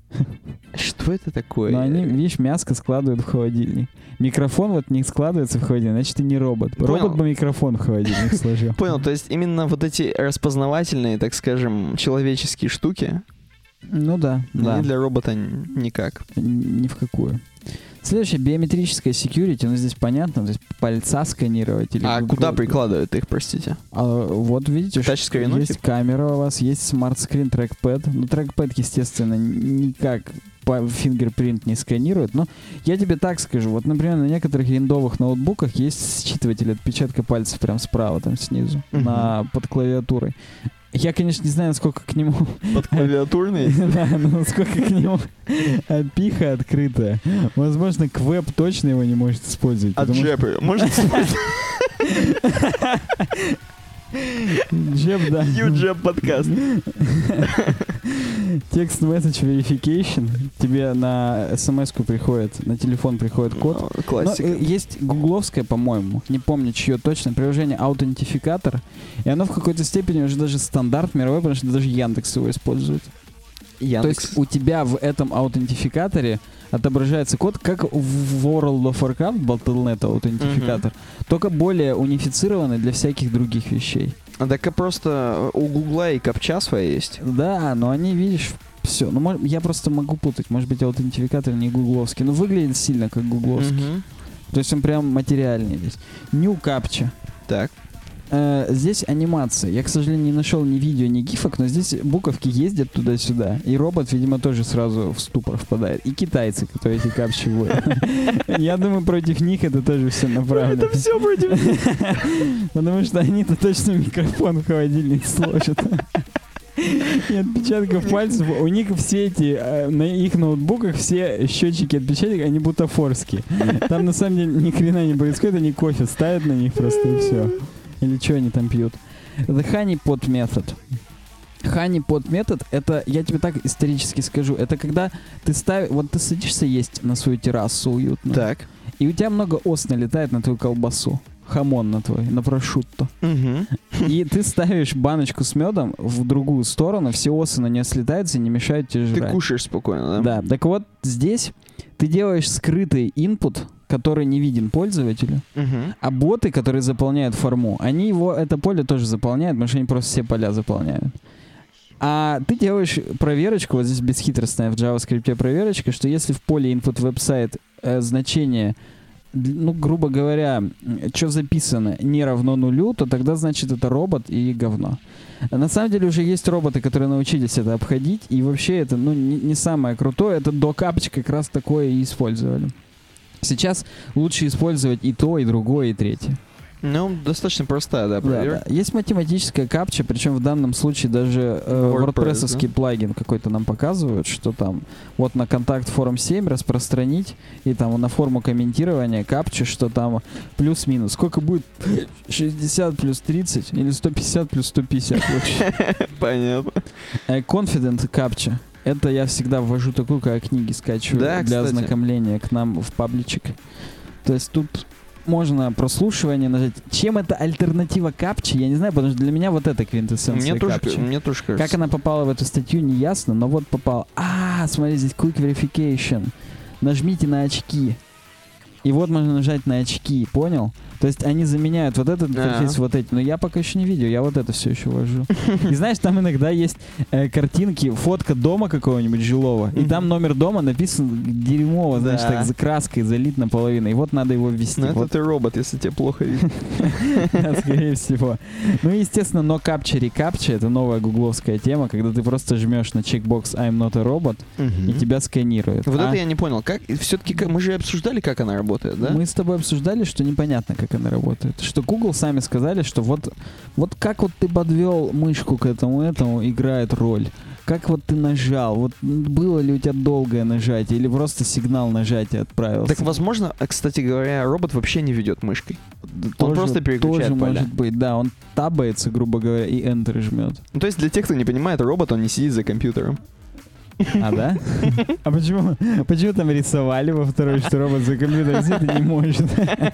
Что это такое? Но они, видишь, мяско складывают в холодильник. Микрофон вот не складывается в холодильник, значит, ты не робот. Понял. Робот бы микрофон в холодильник сложил. Понял, то есть именно вот эти распознавательные, так скажем, человеческие штуки, Ну да, да. они для робота н- никак. Н- Ни в какую. Следующее, биометрическая security, ну здесь понятно, то есть пальца сканировать или... А г- куда г- прикладывают их, простите? А, вот видите, К что тачскрину, есть типа? камера у вас, есть смарт-скрин, трекпэд. Ну трекпэд, естественно, никак фингерпринт не сканирует. Но я тебе так скажу. Вот, например, на некоторых виндовых ноутбуках есть считыватель отпечатка пальцев прям справа, там снизу, uh-huh. на, под клавиатурой. Я, конечно, не знаю, насколько к нему... Под клавиатурный? Да, но насколько к нему пиха открытая. Возможно, Квеб точно его не может использовать. А Джеб может использовать? Джеб, да. Юджеб подкаст. Text Message Verification. Тебе на смс-ку приходит, на телефон приходит код. Ну, классика. Но есть гугловское, по-моему, не помню, чье точно, приложение Аутентификатор. И оно в какой-то степени уже даже стандарт мировой, потому что даже Яндекс его использует. Яндекс. То есть у тебя в этом аутентификаторе отображается код, как в World of Warcraft, батл точка нет аутентификатор, uh-huh. только более унифицированный для всяких других вещей. А так просто у Гугла и капча своя есть. Да, но они, видишь, все. Ну, может, я просто могу путать. Может быть, аутентификатор не гугловский. Но выглядит сильно как гугловский. Uh-huh. То есть он прям материальный весь. New Captcha. Так. Э, здесь анимация. Я, к сожалению, не нашел ни видео, ни гифок, но здесь буковки ездят туда-сюда. И робот, видимо, тоже сразу в ступор впадает. И китайцы, которые эти капчи вводят. Я думаю, против них это тоже все направлено. Это все против них. Потому что они-то точно микрофон в холодильник сложат. И отпечатков пальцев. У них все эти, на их ноутбуках все счетчики отпечатков, они бутафорские. Там на самом деле ни хрена не происходит, они кофе ставят на них просто и все. Или что они там пьют. The Honeypot Method. Honeypot Method, это, я тебе так исторически скажу, это когда ты ставишь, вот ты садишься есть на свою террасу уютно. Так. И у тебя много ос налетает на твою колбасу. Хамон на твой, на прошутто. Угу. И ты ставишь баночку с медом в другую сторону, все осы на нее слетаются и не мешают тебе жрать. Ты кушаешь спокойно, да? Да. Так вот, здесь ты делаешь скрытый input, который не виден пользователю, uh-huh. а боты, которые заполняют форму, они его, это поле тоже заполняют, потому что они просто все поля заполняют. А ты делаешь проверочку, вот здесь бесхитростная в JavaScript проверочка, что если в поле input website э, значение, ну, грубо говоря, что записано, не равно нулю, то тогда, значит, это робот и говно. На самом деле уже есть роботы, которые научились это обходить, и вообще это, ну, не, не самое крутое, это до капчи как раз такое и использовали. Сейчас лучше использовать и то, и другое, и третье. Ну, достаточно простая, да, проверка. Да, да. Есть математическая капча, причем в данном случае даже э, WordPress-овский да? плагин какой-то нам показывают, что там вот на контакт форум семь распространить, и там на форму комментирования капча, что там плюс-минус. Сколько будет шестьдесят плюс тридцать или сто пятьдесят плюс сто пятьдесят лучше? Понятно. Confident капча. Это я всегда ввожу такую, когда книги скачиваю да, для кстати. ознакомления к нам в пабличик. То есть тут можно прослушивание нажать. Чем это альтернатива капчи, я не знаю, потому что для меня вот это квинтэссенция мне капчи. Тоже, мне тоже кажется. Как она попала в эту статью, не ясно, но вот попала. А, смотри, здесь Quick Verification. Нажмите на очки. И вот можно нажать на очки, понял? То есть они заменяют вот этот интерфейс, вот эти. Но я пока еще не видел, я вот это все еще ввожу. И знаешь, там иногда есть э, картинки, фотка дома какого-нибудь жилого, и там номер дома написан дерьмово, знаешь, да. так, за краской залит наполовину. И вот надо его ввести. Ну вот. это ты робот, если тебе плохо видно. Скорее всего. Ну и, естественно, no captcha recaptcha — это новая гугловская тема, когда ты просто жмешь на чекбокс I'm not a robot, и тебя сканирует. Вот это я не понял. Как все-таки мы же обсуждали, как она работает, да? Мы с тобой обсуждали, что непонятно, как она работает. Что Google сами сказали, что вот, вот как вот ты подвел мышку к этому, этому играет роль. Как вот ты нажал, вот было ли у тебя долгое нажатие или просто сигнал нажатия отправился. Так, возможно, кстати говоря, робот вообще не ведет мышкой. Тоже, он просто переключает тоже поля. Может быть, да, он табается, грубо говоря, и Enter жмет. Ну, то есть для тех, кто не понимает, робот, он не сидит за компьютером. А, да? А почему, почему там рисовали во второй, что робот за компьютером сидит и не может?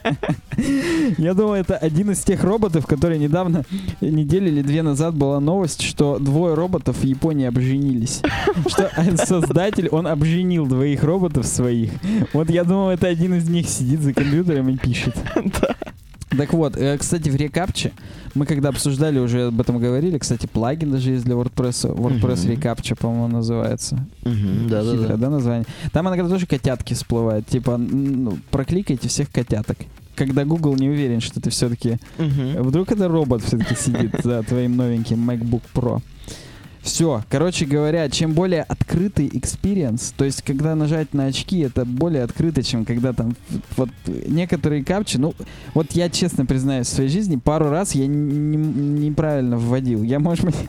Я думаю, это один из тех роботов, которые недавно, неделю или две назад была новость, что двое роботов в Японии обженились. Что создатель, он обженил двоих роботов своих. Вот я думаю, это один из них сидит за компьютером и пишет. Так вот, кстати, в рекапче мы когда обсуждали, уже об этом говорили, кстати, плагин даже есть для WordPress, WordPress uh-huh. Recaptcha, по-моему, называется. Uh-huh. Да, Хитрое, да, да. да, название? Там иногда тоже котятки всплывают, типа, ну, прокликайте всех котяток. Когда Google не уверен, что ты все-таки... Uh-huh. Вдруг это робот все-таки сидит за твоим новеньким MacBook Pro. Все, короче говоря, чем более открытый экспириенс, то есть когда нажать на очки, это более открыто, чем когда там вот некоторые капчи, ну вот я честно признаюсь, в своей жизни пару раз я неправильно вводил. Я, может быть...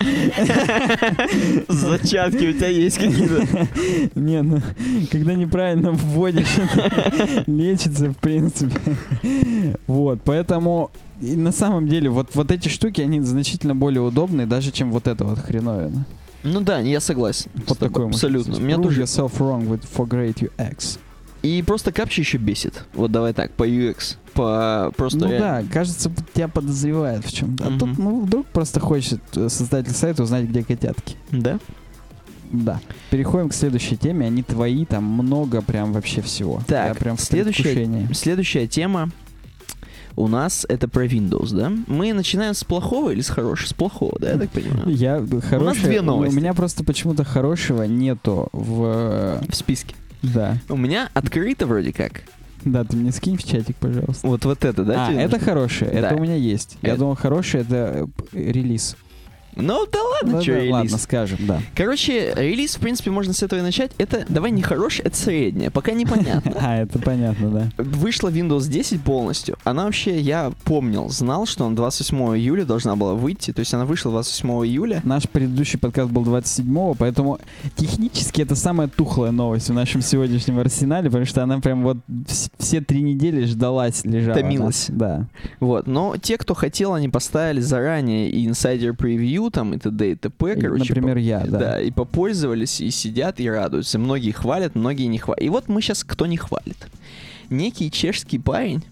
Зачатки у тебя есть какие-то? Не, ну когда неправильно вводишь, это лечится в принципе. Вот, поэтому... И на самом деле, вот, вот эти штуки, они значительно более удобные, даже чем вот это вот хреновина. Ну да, я согласен. Вот такой абсолютно. Меня тоже yourself wrong with for great ю экс. И просто капча еще бесит. Вот давай так, по ю экс. По просто ну реально. Да, кажется, тебя подозревают в чем-то. А mm-hmm. тут, ну, вдруг просто хочет создатель сайта узнать, где котятки. Да? Да. Переходим к следующей теме. Они твои, там много прям вообще всего. Так, я прям следующая, следующая тема у нас это про Windows, да? Мы начинаем с плохого или с хорошего? С плохого, да, я так понимаю? Я хороший. У нас две новости. У меня просто почему-то хорошего нету в... В списке. Да. У меня открыто вроде как. Да, ты мне скинь в чатик, пожалуйста. Вот, вот это, да? А, это хорошее, да. это у меня есть. Это... Я думал, хорошее это релиз. Ну да ладно, ну, что да, релиз. Ладно, скажем, да. Короче, релиз, в принципе, можно с этого и начать. Это, давай не хороший, это среднее. Пока непонятно. А, это понятно, да. Вышла Windows десять полностью. Она вообще, я помнил, знал, что она двадцать восьмого июля должна была выйти. То есть она вышла двадцать восьмого июля. Наш предыдущий подкаст был двадцать седьмого, поэтому технически это самая тухлая новость в нашем сегодняшнем арсенале, потому что она прям вот все три недели ждалась, лежала. Томилась. Да. Вот. Но те, кто хотел, они поставили заранее и инсайдер превью там и т.д. и т.п. Короче, например, по- я, да. Да, и попользовались, и сидят, и радуются. Многие хвалят, многие не хвалят. И вот мы сейчас кто не хвалит. Некий чешский парень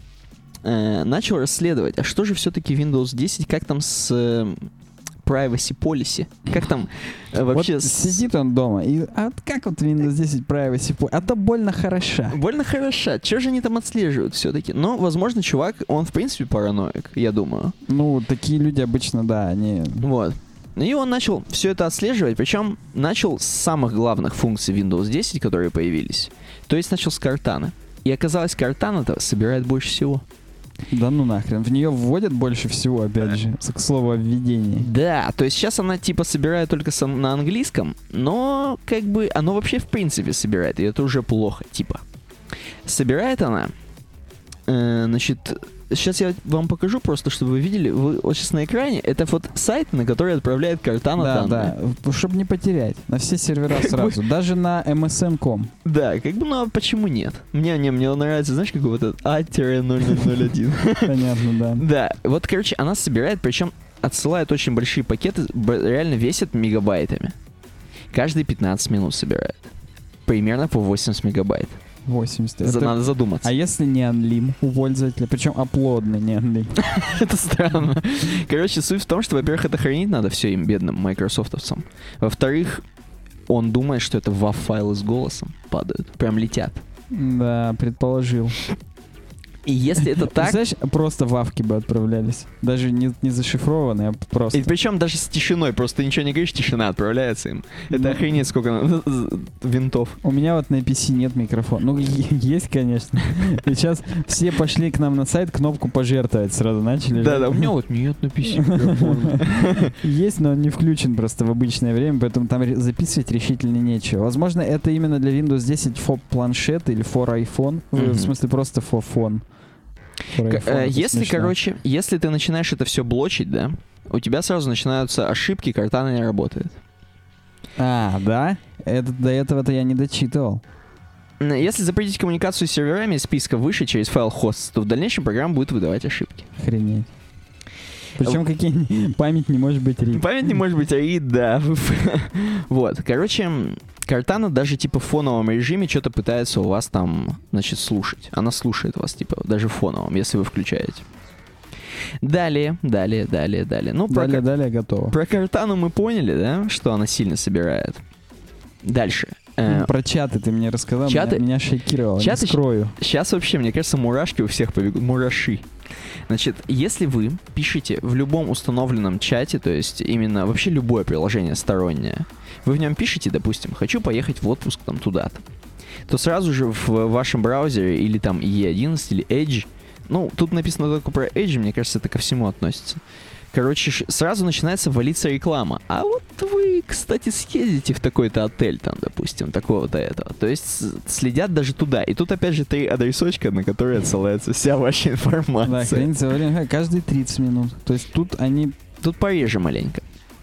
э, начал расследовать, а что же все-таки Windows десять, как там с э, privacy policy? Как там э, вообще... Вот с... сидит он дома, и а как вот Windows десять privacy policy? А то больно хороша. Больно хороша. Че же они там отслеживают все-таки? Но, возможно, чувак, он в принципе параноик, я думаю. Ну, такие люди обычно, да, они... Вот. И он начал все это отслеживать, причем начал с самых главных функций Windows десять, которые появились. То есть начал с Cortana. И оказалось, Cortana-то собирает больше всего. Да ну нахрен. В нее вводят больше всего, опять же, к слову о введении. Да, то есть сейчас она типа собирает только сам, на английском, но как бы оно вообще в принципе собирает, и это уже плохо, типа. Собирает она, э, значит... Сейчас я вам покажу просто, чтобы вы видели. Вы вот сейчас на экране. Это вот сайт, на который отправляет Cortana да, данные. Да, чтобы не потерять. На все сервера как сразу. Бы... Даже на эм эс эн точка ком. Да, как бы, ну а почему нет? Мне, не, мне нравится, знаешь, какой вот этот а ноль ноль ноль один. Понятно, да. Да, вот, короче, она собирает, причем отсылает очень большие пакеты, реально весят мегабайтами. Каждые пятнадцать минут собирает. Примерно по восемьдесят мегабайт. восемьдесят. За, это... Надо задуматься. А если не анлим у пользователя? Причем оплодный, не анлим. Это странно. Короче, суть в том, что, во-первых, это хранить надо все им, бедным майкрософтовцам. Во-вторых, он думает, что это вав-файлы с голосом падают. Прям летят. Да, предположил. И если это так... Знаешь, просто вавки бы отправлялись. Даже не, не зашифрованные, а просто. И причем даже с тишиной. Просто ничего не говоришь, тишина отправляется им. Это ну, охренеть сколько винтов. У меня вот на пи си нет микрофона. Ну, есть, конечно. Сейчас все пошли к нам на сайт, кнопку пожертвовать сразу начали. Да-да, у меня вот нет на пи си микрофона. Есть, но он не включен просто в обычное время, поэтому там записывать решительно нечего. Возможно, это именно для Windows десять for планшет или for iPhone. В смысле, просто for phone. К- если, короче, если ты начинаешь это все блочить, да, у тебя сразу начинаются ошибки, Cortana не работает. А, да? Это, до этого-то я не дочитывал. Если запретить коммуникацию с серверами из списка выше через файл hosts, то в дальнейшем программа будет выдавать ошибки. Охренеть. Причем какие память не может быть read. Память не может быть read, да. Вот, короче... Cortana даже типа в фоновом режиме что-то пытается у вас там, значит, слушать. Она слушает вас, типа, даже в фоновом, если вы включаете. Далее, далее, далее, далее. Ну, далее, про, далее, готово. Про Cortana мы поняли, да, что она сильно собирает. Дальше. Ну, про чаты ты мне рассказал, чаты, меня, меня шокировало, чаты, не скрою. Сейчас вообще, мне кажется, мурашки у всех побегут, мураши. Значит, если вы пишете в любом установленном чате, то есть именно вообще любое приложение стороннее, вы в нем пишете, допустим, хочу поехать в отпуск там туда-то, то сразу же в вашем браузере или там и одиннадцать или Edge, ну, тут написано только про Edge, мне кажется, это ко всему относится, короче, сразу начинается валиться реклама. А вот вы, кстати, съездите в такой-то отель, там, допустим, такого-то этого. То есть следят даже туда. И тут, опять же, три адресочка, на которые отсылается вся ваша информация. Да, хранится во время, каждые тридцать минут. То есть тут они... Тут пореже маленько.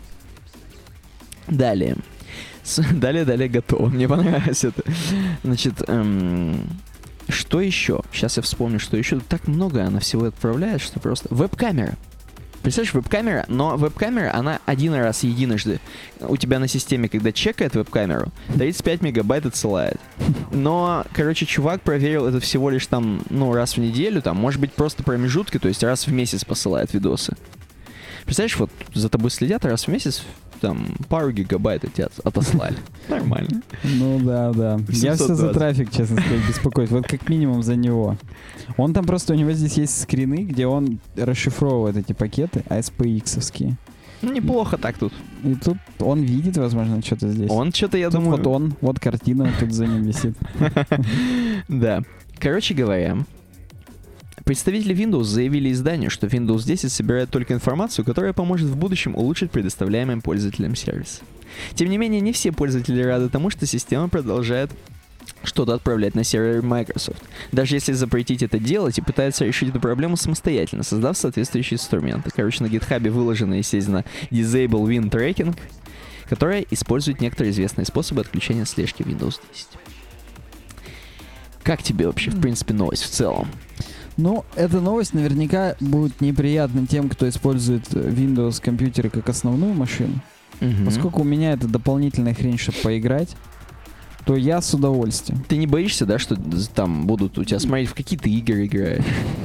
Далее. Далее, далее готово. Мне понравилось это. Значит, эм, что еще? Сейчас я вспомню, что еще. Тут так много она всего отправляет, что просто... Веб-камера. Представляешь, веб-камера, но веб-камера, она один раз, единожды у тебя на системе, когда чекает веб-камеру, тридцать пять мегабайт отсылает. Но, короче, чувак проверил это всего лишь там, ну, раз в неделю, там, может быть, просто промежутки, то есть раз в месяц посылает видосы. Представляешь, вот за тобой следят, раз в месяц там пару гигабайт от тебя отослали. Нормально. Ну да, да. Я все за трафик, честно сказать, беспокоюсь. Вот как минимум за него. Он там просто, у него здесь есть скрины, где он расшифровывает эти пакеты эй эс пи икс-овские. Ну, неплохо так тут. И тут он видит, возможно, что-то здесь. Он что-то, я тут думаю... вот он, вот картина тут за ним висит. Да. Короче говоря, представители Windows заявили изданию, что Windows десять собирает только информацию, которая поможет в будущем улучшить предоставляемый пользователям сервис. Тем не менее, не все пользователи рады тому, что система продолжает что-то отправлять на серверы Microsoft, даже если запретить это делать и пытаются решить эту проблему самостоятельно, создав соответствующие инструменты. Короче, на GitHub выложено, естественно, Disable Win Tracking, которая использует некоторые известные способы отключения слежки Windows десять. Как тебе вообще, в принципе, новость в целом? Ну, эта новость наверняка будет неприятна тем, кто использует Windows компьютеры как основную машину. Mm-hmm. Поскольку у меня это дополнительная хрень, чтобы поиграть, то я с удовольствием. Ты не боишься, да, что там будут у тебя смотреть, в какие ты игры играешь?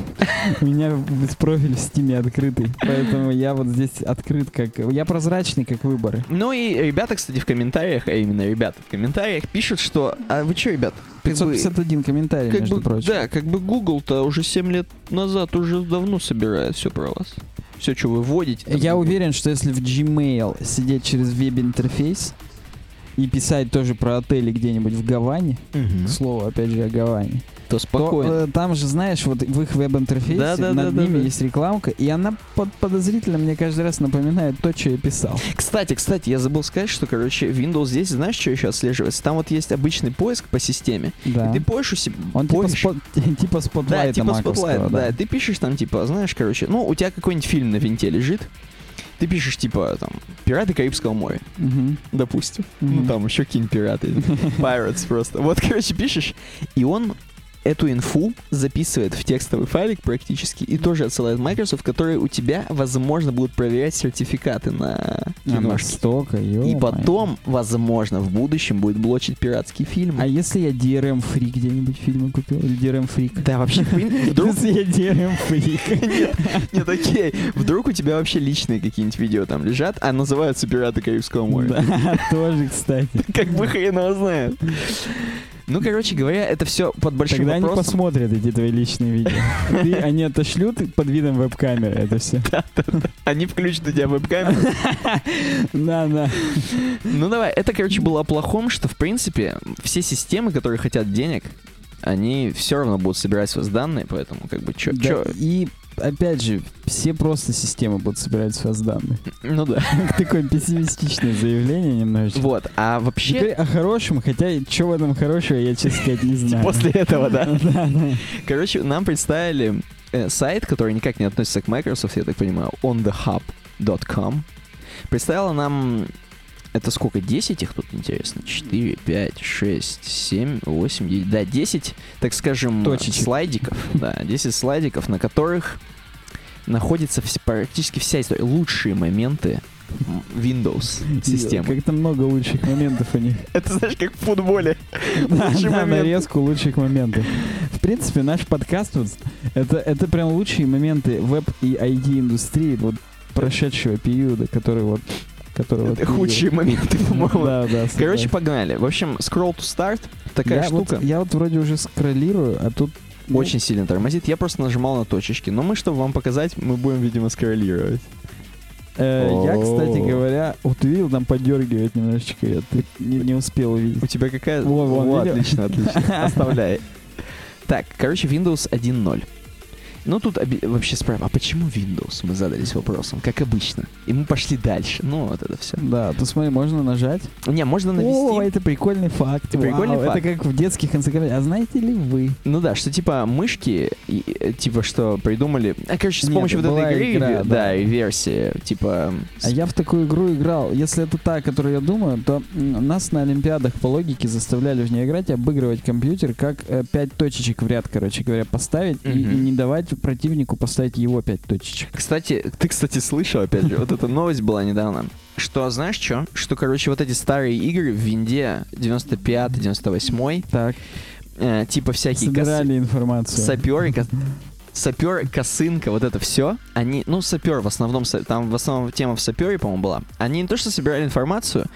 У меня профиль в Steam открытый, поэтому я вот здесь открыт как... Я прозрачный, как выборы. Ну и ребята, кстати, в комментариях, а именно ребята в комментариях пишут, что... А вы что, ребят? пятьсот пятьдесят один комментарий, как между бы, прочим. Да, как бы Google-то уже семь лет назад уже давно собирает все про вас. Все, что вы вводите. Я Google. Уверен, что если в Gmail сидеть через веб-интерфейс и писать тоже про отели где-нибудь в Гаване, угу. к слову, опять же, о Гаване, то спокойно. То, э, там же, знаешь, вот в их веб-интерфейсе да, да, над да, ними да, есть да. рекламка, и она под, подозрительно мне каждый раз напоминает то, что я писал. Кстати, кстати, я забыл сказать, что, короче, Windows здесь, знаешь, что еще отслеживается? Там вот есть обычный поиск по системе, да. и ты поешь у себя... Он поешь... типа, спот, типа спотлайта да, типа маковского, да. да. Ты пишешь там, типа, знаешь, короче, ну, у тебя какой-нибудь фильм на винте лежит, ты пишешь, типа, там, «Пираты Карибского моря», uh-huh. допустим. Uh-huh. Ну, там еще какие-нибудь пираты. Pirates просто. Вот, короче, пишешь, и он эту инфу записывает в текстовый файлик практически и тоже отсылает Microsoft, которые у тебя, возможно, будут проверять сертификаты на киношки. А, и потом, возможно, в будущем будет блочить пиратские фильмы. А если я ди ар эм-фрик где-нибудь фильмы купил? Или ди ар эм-фрик? Да, вообще, вдруг... Если я ди ар эм-фрик. Нет, нет, окей. Вдруг у тебя вообще личные какие-нибудь видео там лежат, а называются «Пираты Карибского моря». Да, тоже, кстати. Как бы хрен его знает. Ну, короче говоря, это все под большим Тогда вопросом. Тогда они посмотрят эти твои личные видео. Ты, они отошлют под видом веб-камеры это все. Да, да, да. Они включат у тебя веб-камеру. Да, да. Ну, давай. Это, короче, было о плохом, что, в принципе, все системы, которые хотят денег, они все равно будут собирать с вас данные, поэтому, как бы, чё... Да, и... Опять же, все просто системы будут собирать с вас данные. Ну да. Такое пессимистичное заявление немножечко. Вот, а вообще... Теперь о хорошем, хотя что в этом хорошего, я, честно сказать, не знаю. После этого, да? Да, да. Короче, нам представили э, сайт, который никак не относится к Microsoft, я так понимаю, on the hub dot com. Представила нам... Это сколько? десять их тут, интересно? четыре, пять, шесть, семь, восемь, девять. Да, десять, так скажем, Точечек. слайдиков. Да, десять слайдиков, на которых находится все, практически вся история. Лучшие моменты Windows системы. Как-то много лучших моментов у них. Это, знаешь, как в футболе. Да, да, нарезку лучших моментов. В принципе, наш подкаст, вот, это, это прям лучшие моменты веб и ай ти-индустрии вот прошедшего периода, который вот... Это вот худшие моменты, по-моему. Да, да. Короче, погнали. В общем, scroll to start, такая я штука. Вот, я вот вроде уже скроллирую, а тут... Очень ну... сильно тормозит. Я просто нажимал на точечки. Но мы, чтобы вам показать, мы будем, видимо, скроллировать. Э, я, кстати говоря, вот видел, там подергивает немножечко. Я не, не успел увидеть. У тебя какая... Во, О, отлично, отлично. Оставляй. Так, короче, Windows один ноль. Ну, тут оби- вообще справа. А почему Windows? Мы задались вопросом, как обычно. И мы пошли дальше. Ну, вот это все. Да, тут смотри, можно нажать. Не, можно навести. О, это прикольный факт. Это прикольный Вау, факт. Это как в детских энциклопедиях. А знаете ли вы? Ну да, что типа мышки, и, типа что придумали... А, короче, с Нет, помощью вот была этой игры, игра, да, да. и версии, типа... А я в такую игру играл. Если это та, о которой я думаю, то м, нас на олимпиадах по логике заставляли в нее играть и обыгрывать компьютер, как э, пять точечек в ряд, короче говоря, поставить и, и Мгм. не давать противнику поставить его пять точечек. Кстати, ты, кстати, слышал, опять же, вот эта новость была недавно. Что, знаешь что? Что, короче, вот эти старые игры в винде девяносто пятый, девяносто восьмой, Так, э, типа всякие косы- собирали информацию. саперы, ко- сапер, косынка, вот это все, они, ну, сапер в основном, са- там в основном тема в сапере, по-моему, была. Они не то, что собирали информацию,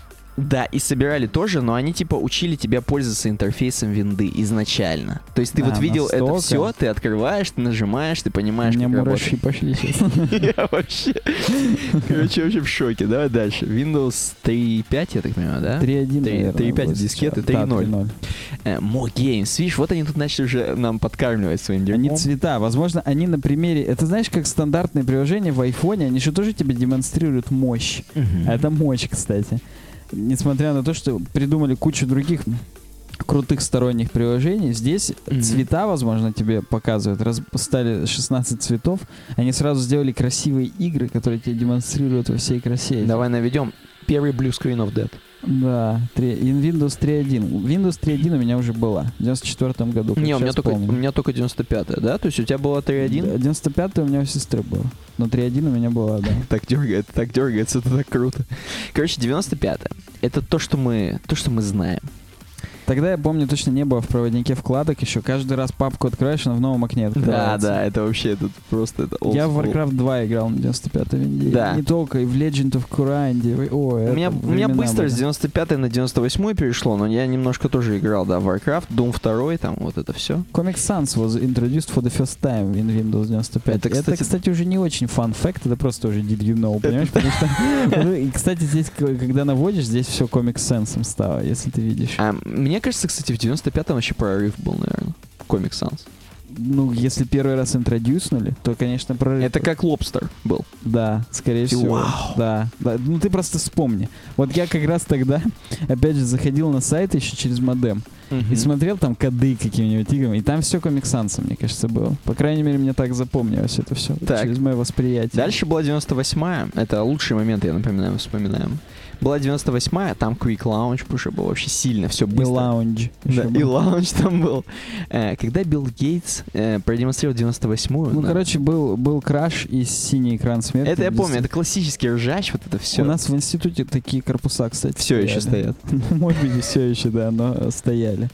да, и собирали тоже, но они типа учили тебя пользоваться интерфейсом винды изначально. То есть ты А, вот видел это настолько? все, ты открываешь, ты нажимаешь, ты У понимаешь, меня как мурашки работает. пошли сейчас. Я вообще, короче, вообще в шоке. Давай дальше. Windows три точка пять, я так понимаю, да? три один, Три- наверное. три точка пять вот дискеты, сейчас. три Да, ноль. три ноль. Э, More Games. Видишь, вот они тут начали уже нам подкармливать своим Они дерьмом. цвета. Возможно, они на примере... Это знаешь, как стандартные приложения в айфоне, они же тоже тебе демонстрируют мощь. Мгм. А это мощь, кстати. Несмотря на то, что придумали кучу других крутых сторонних приложений, здесь Мгм. цвета, возможно, тебе показывают. Раз стали шестнадцать цветов, они сразу сделали красивые игры, которые тебе демонстрируют во всей красе. Давай наведем первый Blue Screen of Death. Да, три- и Windows три точка один. Windows три точка один у меня уже была в девяносто четвёртом году. как Не, у меня, щас только, помню. у меня только девяносто пятая, да? То есть у тебя было три точка один? Да, девяносто пятая у меня у сестры было. Но три точка один у меня была, да. Так дергает, так дергается, это так круто. Короче, девяносто пятая. Это то, что мы, то, что мы знаем. Тогда, я помню, точно не было в проводнике вкладок еще. Каждый раз папку открываешь, она в новом окне Да, открывается. да, это вообще тут просто это old Я в school. Warcraft два играл на девяносто пятой винде. Да. Не только, и в Legend of Kurandi. О, У это меня, у меня времена быстро были. с девяносто пятой на девяносто восьмой перешло, но я немножко тоже играл, да, в Warcraft, Doom два, там вот это все. Comic Sans was introduced for the first time in Windows девяносто пять. Это, Это, кстати- кстати, уже не очень fun fact, это просто уже did you know, понимаешь? Потому что, и, кстати, здесь, к- когда наводишь, здесь все Comic Sans стало, если ты видишь. А, мне кажется, кстати, в девяносто пятом вообще прорыв был, наверное, Comic Sans. Ну, если первый раз интродюснули, то, конечно, прорыв. Это как Lobster был. Да, скорее Ты- всего. вау. Да, да. Ну ты просто вспомни. Вот я как раз тогда, опять же, заходил на сайт еще через модем и смотрел там коды какими-нибудь играми, и там все комиксанцем, мне кажется, было. По крайней мере, мне так запомнилось это все. Так. Через мое восприятие. Дальше была девяносто восьмая. Это лучший момент, я напоминаю, вспоминаем. Была девяносто восьмая, там Quick Launch уже был вообще сильно, все И быстро. лаунж. Да, еще и был. лаунч там был. Э, когда Билл Гейтс э, продемонстрировал девяносто восьмую. Ну, да. короче, был, был краш и синий экран смерти. Это я Без- помню, это классический ржач, вот это все. У нас в институте такие корпуса, кстати. все еще стояли. стоят. Может быть, и все еще, да, но стояли.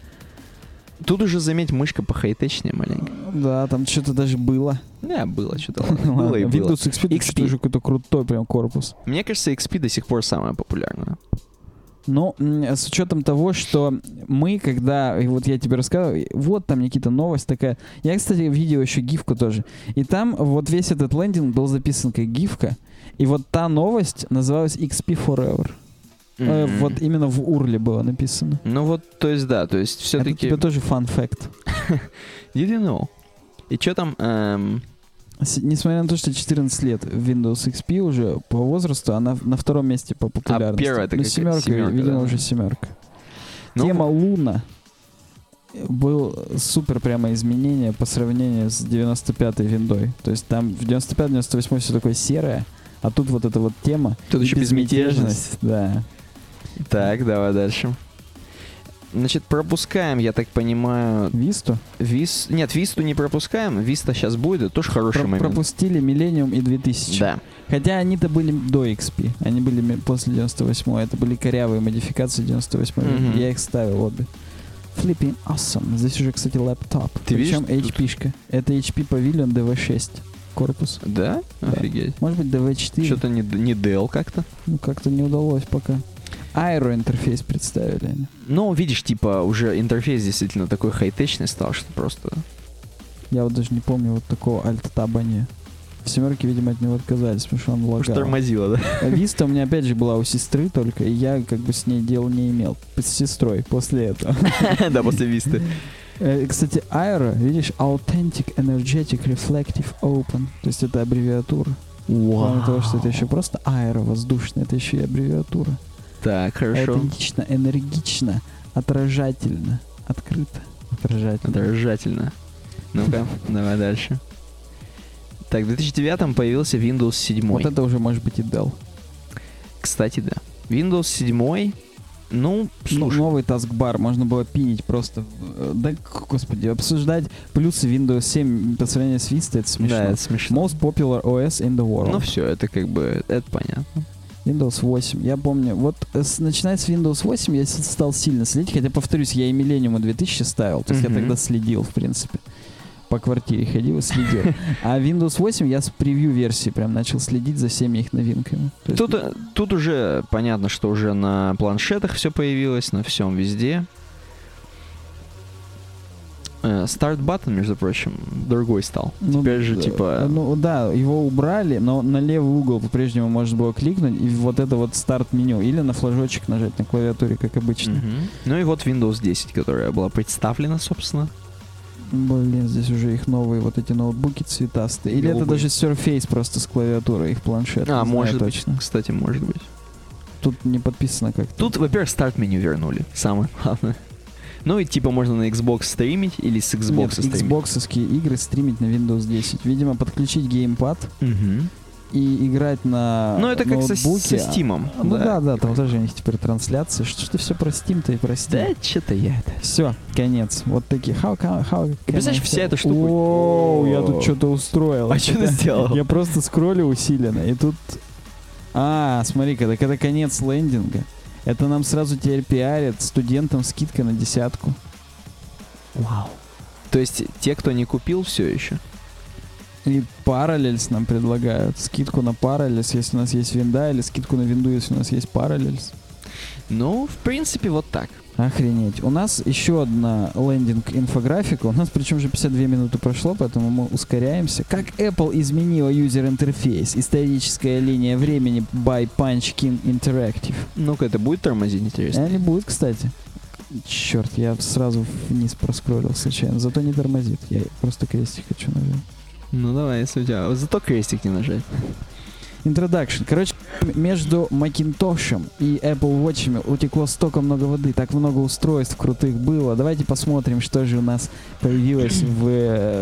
Тут уже, заметь, мышка похайтечнее маленько. Да, там что-то даже было. Да, было что-то. Было и было. Windows икс пи, икс пи. тоже какой-то крутой прям корпус. Мне кажется, икс пи до сих пор самая популярная. Но м, с учетом того, что мы, когда, и вот я тебе рассказывал, вот там, Никита, новость такая. Я, кстати, видел еще гифку тоже. И там вот весь этот лендинг был записан как гифка. И вот та новость называлась икс пи Forever. Э, М. вот именно в урле было написано. Ну вот, то есть, да, то есть Это все-таки... тебе тоже фан-факт. Did you know? И что там... эм, С- Несмотря на то, что четырнадцать лет Windows икс пи уже по возрасту, она на втором месте по популярности. первая это ну, какая-то семерка, семерка, видимо, да. уже семерка. ну, Тема Луна был супер прямо изменение по сравнению с девяносто пятой виндой. То есть там в девяносто пятой девяносто восьмой все такое серое, а тут вот эта вот тема. Тут еще безмятежность. Да. Так, давай дальше. Значит, пропускаем, я так понимаю, Висту. Вис... Нет, Висту не пропускаем. Виста сейчас будет, это тоже хороший Про- момент. пропустили Millennium и две тысячи. Да. Хотя они-то были до икс пи. Они были ми- после девяносто восьмой. Это были корявые модификации девяносто восьмой. Мгм. Я их ставил обе. Flipping awesome. Здесь уже, кстати, лэптоп. Ты Причем видишь, эйч пи-шка. Это эйч пи Pavilion ди ви шесть корпус. Да? Да. Офигеть. Может быть, ди ви четыре. Что-то не, не Dell как-то. Ну, как-то не удалось пока. Аэро интерфейс представили они. Ну, видишь, типа, уже интерфейс действительно такой хай-течный стал, что просто... Я вот даже не помню вот такого альт-таба не. В семерке, видимо, от него отказались, потому что он Может, лагал. тормозило, да? А Виста у меня опять же была у сестры только, и я как бы с ней дел не имел. С сестрой после этого. Да, после Висты. Э, кстати, Aero, видишь, Authentic Energetic Reflective Open. То есть это аббревиатура. Вау. Кроме того, что это еще просто аэро, воздушное, это еще и аббревиатура. Так, хорошо. Аутентично, энергично, отражательно, открыто. Отражательно. Отражательно. Ну-ка, давай дальше. Так, в две тысячи девятом появился Windows семь. Вот это уже может быть и Dell. Кстати, да. Windows семь, ну, слушай. Новый таскбар, можно было пинить просто. Да, господи, обсуждать плюсы Windows семь по сравнению с Vista, это смешно. Да, это смешно. Most popular о эс in the world. Ну все, это как бы, это понятно. Windows восемь, я помню, вот с, начиная с Windows восемь я стал сильно следить, хотя, повторюсь, я и Millennium две тысячи ставил, то есть mm-hmm. я тогда следил, в принципе. По квартире ходил и следил. А Windows восемь я с превью-версии прям начал следить за всеми их новинками. Есть... Тут, тут уже понятно, что уже на планшетах все появилось, на всем везде. Start button, между прочим, другой стал. Ну, Теперь же, типа... Ну, да, его убрали, но на левый угол по-прежнему можно было кликнуть, и вот это вот старт-меню. Или на флажочек нажать на клавиатуре, как обычно. Mm-hmm. Ну и вот Windows десять, которая была представлена, собственно. Блин, здесь уже их новые вот эти ноутбуки цветастые. Или Голубые. Это даже Surface просто с клавиатурой, их планшет. А, может быть, точно. Кстати, может быть. Тут не подписано как-то. Тут, во-первых, старт-меню вернули, самое главное. Ну и типа можно на Xbox стримить или с Xbox Нет, стримить. Xbox-овские игры стримить на Windows десять. Видимо, подключить геймпад. Угу. И играть на Ну, это как со, со Steam. Ну да, да, да, там тоже у них теперь трансляции. Что ты все про Steam-то и про Steam? Да, что-то я это. Все, конец. Вот такие. How can, how Представляешь, вся эта штука. Оу, я тут что-то устроил. А что ты сделал? Я просто скроллю усиленно, и тут... А, смотри-ка, так это конец лендинга. Это нам сразу теперь пиарят студентам скидка на десятку. Вау. То есть те, кто не купил все еще? И Parallels нам предлагают. Скидку на Parallels, если у нас есть винда, или скидку на винду, если у нас есть Parallels. Ну, в принципе, вот так. Охренеть. У нас еще одна лендинг-инфографика. У нас причем уже пятьдесят две минуты прошло, поэтому мы ускоряемся. Как Apple изменила юзер-интерфейс. Историческая линия времени by Punch King Interactive. Ну-ка, это будет тормозить, интересно? А не будет, кстати. Черт, я сразу вниз проскроллил случайно. Зато не тормозит. Я просто крестик хочу нажать. Ну давай, если у тебя... Зато крестик не нажать. Introduction. Короче, между Macintosh и Apple Watch утекло столько много воды, так много устройств крутых было. Давайте посмотрим, что же у нас появилось в...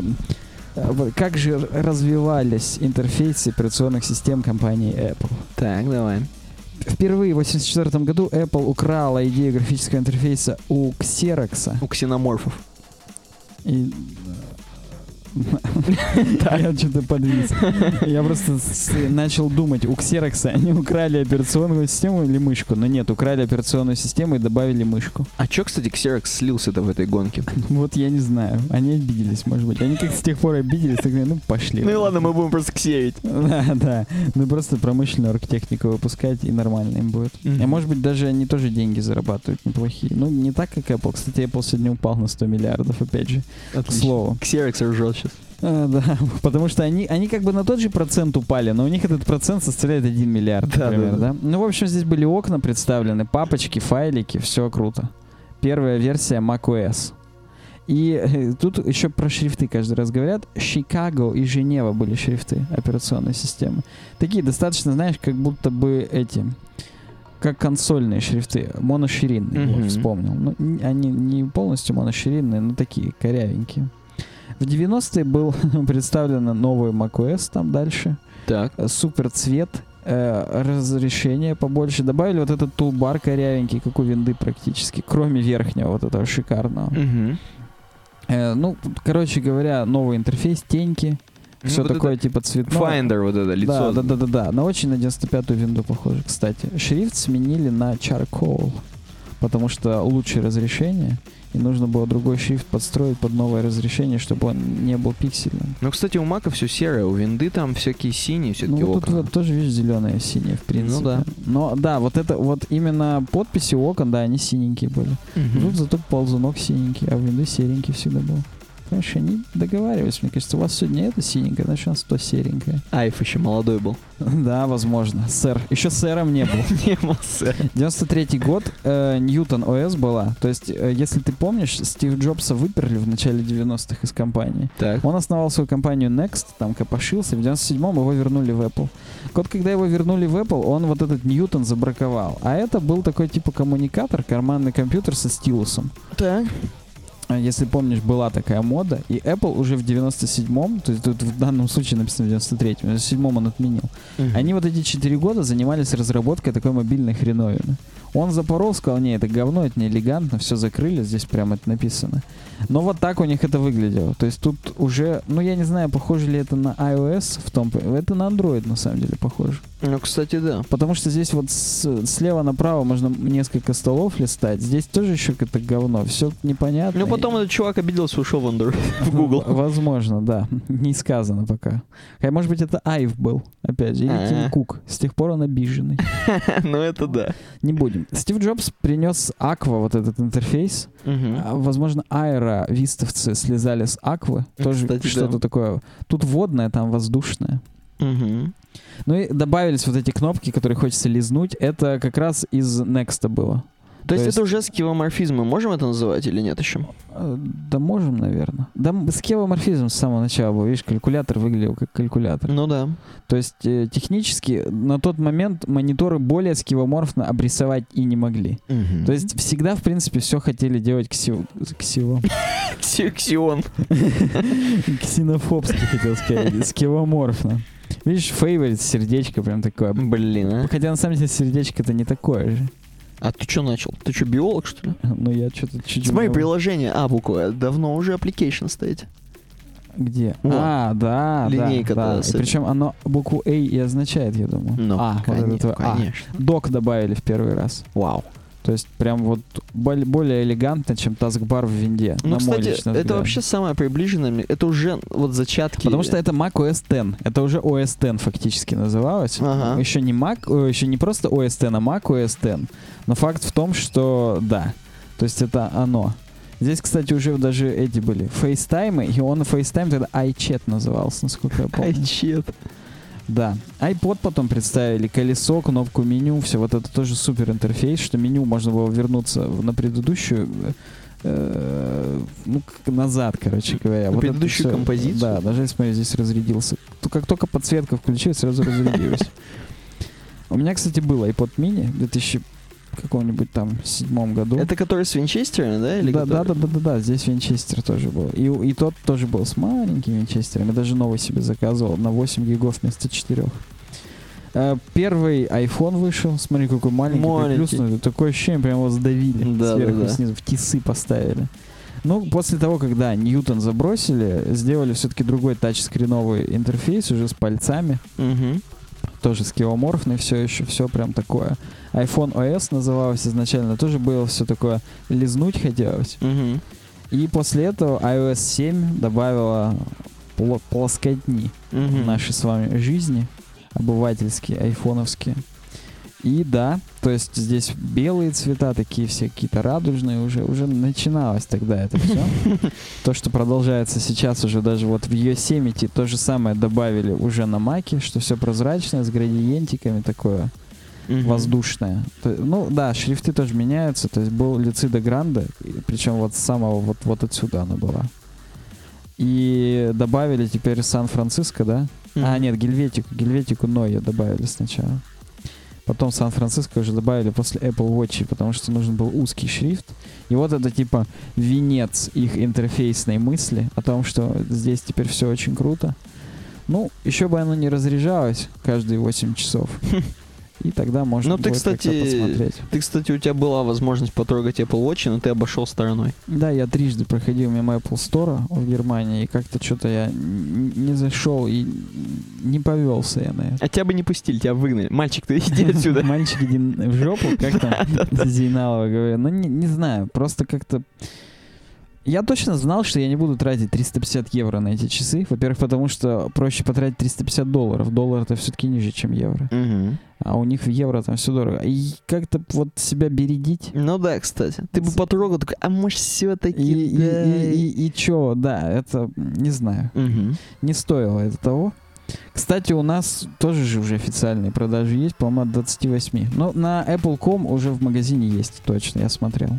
в как же развивались интерфейсы операционных систем компании Apple. Так, давай. Впервые в восемьдесят четвёртом году Apple украла идею графического интерфейса у Xerox. У ксеноморфов. И... Я что-то подвис. Я просто начал думать, у Xerox они украли операционную систему или мышку? Но нет, украли операционную систему и добавили мышку. А чё, кстати, Xerox слился-то в этой гонке? Вот я не знаю. Они обиделись, может быть. Они как с тех пор обиделись, так ну пошли. Ну и ладно, мы будем просто ксерить. Да, да. Ну просто промышленную оргтехнику выпускать, и нормально им будет. А может быть, даже они тоже деньги зарабатывают неплохие. Ну, не так, как Apple. Кстати, Apple сегодня упал на сто миллиардов, опять же. К слову. Xerox ржет сейчас. А, да, потому что они, они как бы на тот же процент упали, но у них этот процент составляет один миллиард, да, например, да, да. да? Ну, в общем, здесь были окна представлены, папочки, файлики, все круто. Первая версия macOS. И э, тут еще про шрифты каждый раз говорят. Чикаго и Женева были шрифты операционной системы. Такие достаточно, знаешь, как будто бы эти... как консольные шрифты, моноширинные, mm-hmm. вот, вспомнил. Ну, они не полностью моноширинные, но такие корявенькие. В девяностые был представлен новый macOS там дальше. Так. Супер цвет, э, разрешение побольше. Добавили вот этот тулбар корявенький, как у винды практически, кроме верхнего вот этого шикарного. Mm-hmm. Э, ну, короче говоря, новый интерфейс, теньки. Ну, все вот такое типа цветное. Finder, вот это лицо. Да, да, да, да, да. На очень на девяносто пятую винду похоже, кстати. Шрифт сменили на Charcoal, потому что лучшее разрешение, и нужно было другой шрифт подстроить под новое разрешение, чтобы он не был пиксельным. Ну, кстати, у Мака все серое, у винды там всякие синие, все-таки ну, окна. Ну, тут вот, тоже, видишь, зеленые, синие, в принципе. Ну, да. Но, да, вот это, вот именно подписи у окон, да, они синенькие были. Uh-huh. Тут зато ползунок синенький, а у винды серенький всегда был. Понимаешь, они договаривались. Мне кажется, у вас сегодня это синенькое, значит, у нас то серенькое. Айв еще молодой был. Да, возможно. Сэр. Еще сэром не был. Не был сэр. девяносто третий год, Ньютон о эс была. То есть, если ты помнишь, Стив Джобса выперли в начале девяностых из компании. Так. Он основал свою компанию Next, там копошился. В девяносто седьмом его вернули в Apple. Вот когда его вернули в Apple, он вот этот Ньютон забраковал. А это был такой типа коммуникатор, карманный компьютер со стилусом. Так. Если помнишь, была такая мода, и Apple уже в девяносто седьмом, то есть тут в данном случае написано в девяносто третьем, в девяносто седьмом он отменил. Uh-huh. Они вот эти четыре года занимались разработкой такой мобильной хреновины. Он запорол, сказал, не, это говно, это не элегантно, все закрыли, здесь прямо это написано. Но вот так у них это выглядело. То есть тут уже, ну я не знаю, похоже ли это на iOS в том, это на Android на самом деле похоже. Ну, кстати, да. Потому что здесь вот с, слева направо можно несколько столов листать, здесь тоже еще какое-то говно, все непонятно. Ну, потом этот чувак обиделся, ушел в Android, в Google. Возможно, да. Не сказано пока. Хотя, может быть, это Айв был, опять же, или Тим Кук. С тех пор он обиженный. Ну, это да. Не будем. Стив Джобс принес Aqua, вот этот интерфейс. Возможно, аэровистовцы слезали с Aqua. Тоже что-то такое. Тут водное, там воздушное. Ну и добавились вот эти кнопки, которые хочется лизнуть. Это как раз из Next было. То, То есть, есть это уже скевоморфизмы, можем это называть или нет еще? Да можем, наверное. Да, скевоморфизм с самого начала был. Видишь, калькулятор выглядел как калькулятор. Ну да. То есть э, технически на тот момент мониторы более скевоморфно обрисовать и не могли. Угу. То есть всегда, в принципе, все хотели делать ксиво... Ксиво... Ксион. Ксенофобски, хотел сказать. Скевоморфно. Видишь, фейворит, сердечко прям такое. Блин, а? Хотя на самом деле сердечко-то не такое же. А ты что начал? Ты что, биолог, что ли? Ну, я что-то чуть-чуть... Смотри, приложение А буква. Давно уже application стоит. Где? Вот. А, да, Линейка, да. да. да. И причем оно букву А и означает, я думаю. Ну, а, конечно, вот это конечно. А. Док добавили в первый раз. Вау. То есть прям вот более элегантно, чем таскбар в винде. Ну, кстати, это вообще самое приближенное. Это уже вот зачатки. Потому что это macOS X. Это уже о эс X фактически называлось. Ага. Еще не Mac, еще не просто о эс X, а macOS X. Но факт в том, что да. То есть это оно. Здесь, кстати, уже даже эти были FaceTime, и он FaceTime тогда iChat назывался, насколько я помню. iChat. Да. iPod потом представили, колесо, кнопку меню, все. Вот это тоже супер интерфейс, что меню можно было вернуться на предыдущую, э, ну, назад, короче говоря. На вот предыдущую композицию? Да, даже если смотри, здесь разрядился. То как только подсветка включилась, сразу разрядилась. У меня, кстати, был iPod mini в две тысячи каком-нибудь там седьмом году. Это который с винчестерами, да? Или да, да, да, да, да, да, здесь винчестер тоже был. И, и тот тоже был с маленькими винчестерами. Я даже новый себе заказывал на восемь гигов вместо четырех. Uh, первый iPhone вышел. Смотри, какой маленький, маленький. Приплюснутый. Такое ощущение, прям его сдавили. Да, сверху, да, да. Снизу, в тисы поставили. Ну, после того, когда Ньютон забросили, сделали все-таки другой тачскриновый интерфейс уже с пальцами. Угу. Тоже скевоморфный, все еще, все прям такое. iPhone о эс называлось изначально, тоже было все такое, лизнуть хотелось. Uh-huh. И после этого iOS семь добавила пло- плоскотни uh-huh. в нашей с вами жизни, обывательские, айфоновские. И да, то есть здесь белые цвета, такие все какие-то радужные, уже, уже начиналось тогда это все. То, что продолжается сейчас уже даже вот в Yosemite, то же самое добавили уже на Маке, что все прозрачное, с градиентиками такое воздушное. Ну да, шрифты тоже меняются, то есть был Lucido Grande, причем вот с самого вот, вот отсюда она была. И добавили теперь Сан-Франциско, да? А, нет, Гельветику, Гельветику Ноя добавили сначала. Потом Сан-Франциско уже добавили после Apple Watch, потому что нужен был узкий шрифт. И вот это типа венец их интерфейсной мысли о том, что здесь теперь все очень круто. Ну, еще бы оно не разряжалось каждые восемь часов. И тогда можно ну, будет ты, кстати, как-то посмотреть. Ты, кстати, у тебя была возможность потрогать Apple Watch, но ты обошел стороной. Да, я трижды проходил мимо Apple Store в Германии, и как-то что-то я не зашел и не повелся я на это. А тебя бы не пустили, тебя выгнали. Мальчик, ты иди отсюда. Мальчик, иди в жопу, как там Зейналова говорит. Ну, не знаю, просто как-то... Я точно знал, что я не буду тратить триста пятьдесят евро на эти часы. Во-первых, потому что проще потратить триста пятьдесят долларов. Доллар-то все-таки ниже, чем евро. Угу. А у них в евро там все дорого. И как-то вот себя бередить. Ну да, кстати. Ты бы потрогал, такой, а может все-таки, и, да. И, и, и, и чё, да, это, не знаю. Угу. Не стоило это того. Кстати, у нас тоже же уже официальные продажи есть, по-моему, от двадцати восьми. Но на Apple точка ком уже в магазине есть, точно, я смотрел.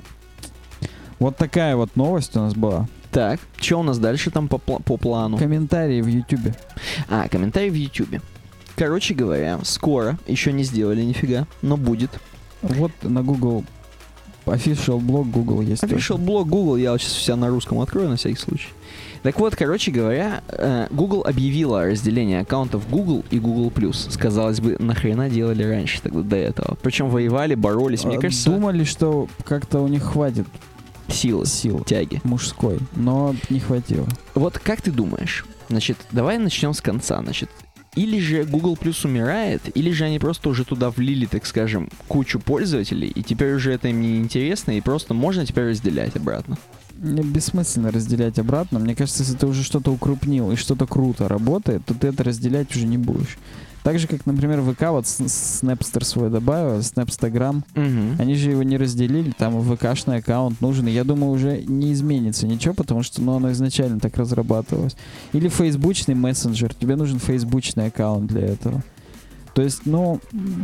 Вот такая вот новость у нас была. Так, что у нас дальше там по, пл- по плану? Комментарии в Ютубе. А, комментарии в Ютубе. Короче говоря, скоро, еще не сделали нифига, но будет. Вот на Google, official блог Google есть. Official блог Google, я вот сейчас вся на русском открою на всякий случай. Так вот, короче говоря, Google объявила о разделении аккаунтов Google и Google+. Казалось бы, нахрена делали раньше тогда до этого? Причем воевали, боролись, мне кажется... Думали, что как-то у них хватит силы, сил тяги мужской, но не хватило. Вот как ты думаешь? Значит, давай начнем с конца. Значит, или же Google Plus умирает, или же они просто уже туда влили, так скажем, кучу пользователей, и теперь уже это им не интересно, и просто можно теперь разделять обратно. Мне бессмысленно разделять обратно. Мне кажется, если ты уже что-то укрупнил и что-то круто работает, то ты это разделять уже не будешь. Так же, как, например, ВК, вот Snapster свой добавил, Snapstagram. Угу. Они же его не разделили, там ВКшный аккаунт нужен. И я думаю, уже не изменится ничего, потому что ну, оно изначально так разрабатывалось. Или фейсбучный мессенджер. Тебе нужен фейсбучный аккаунт для этого. То есть, ну,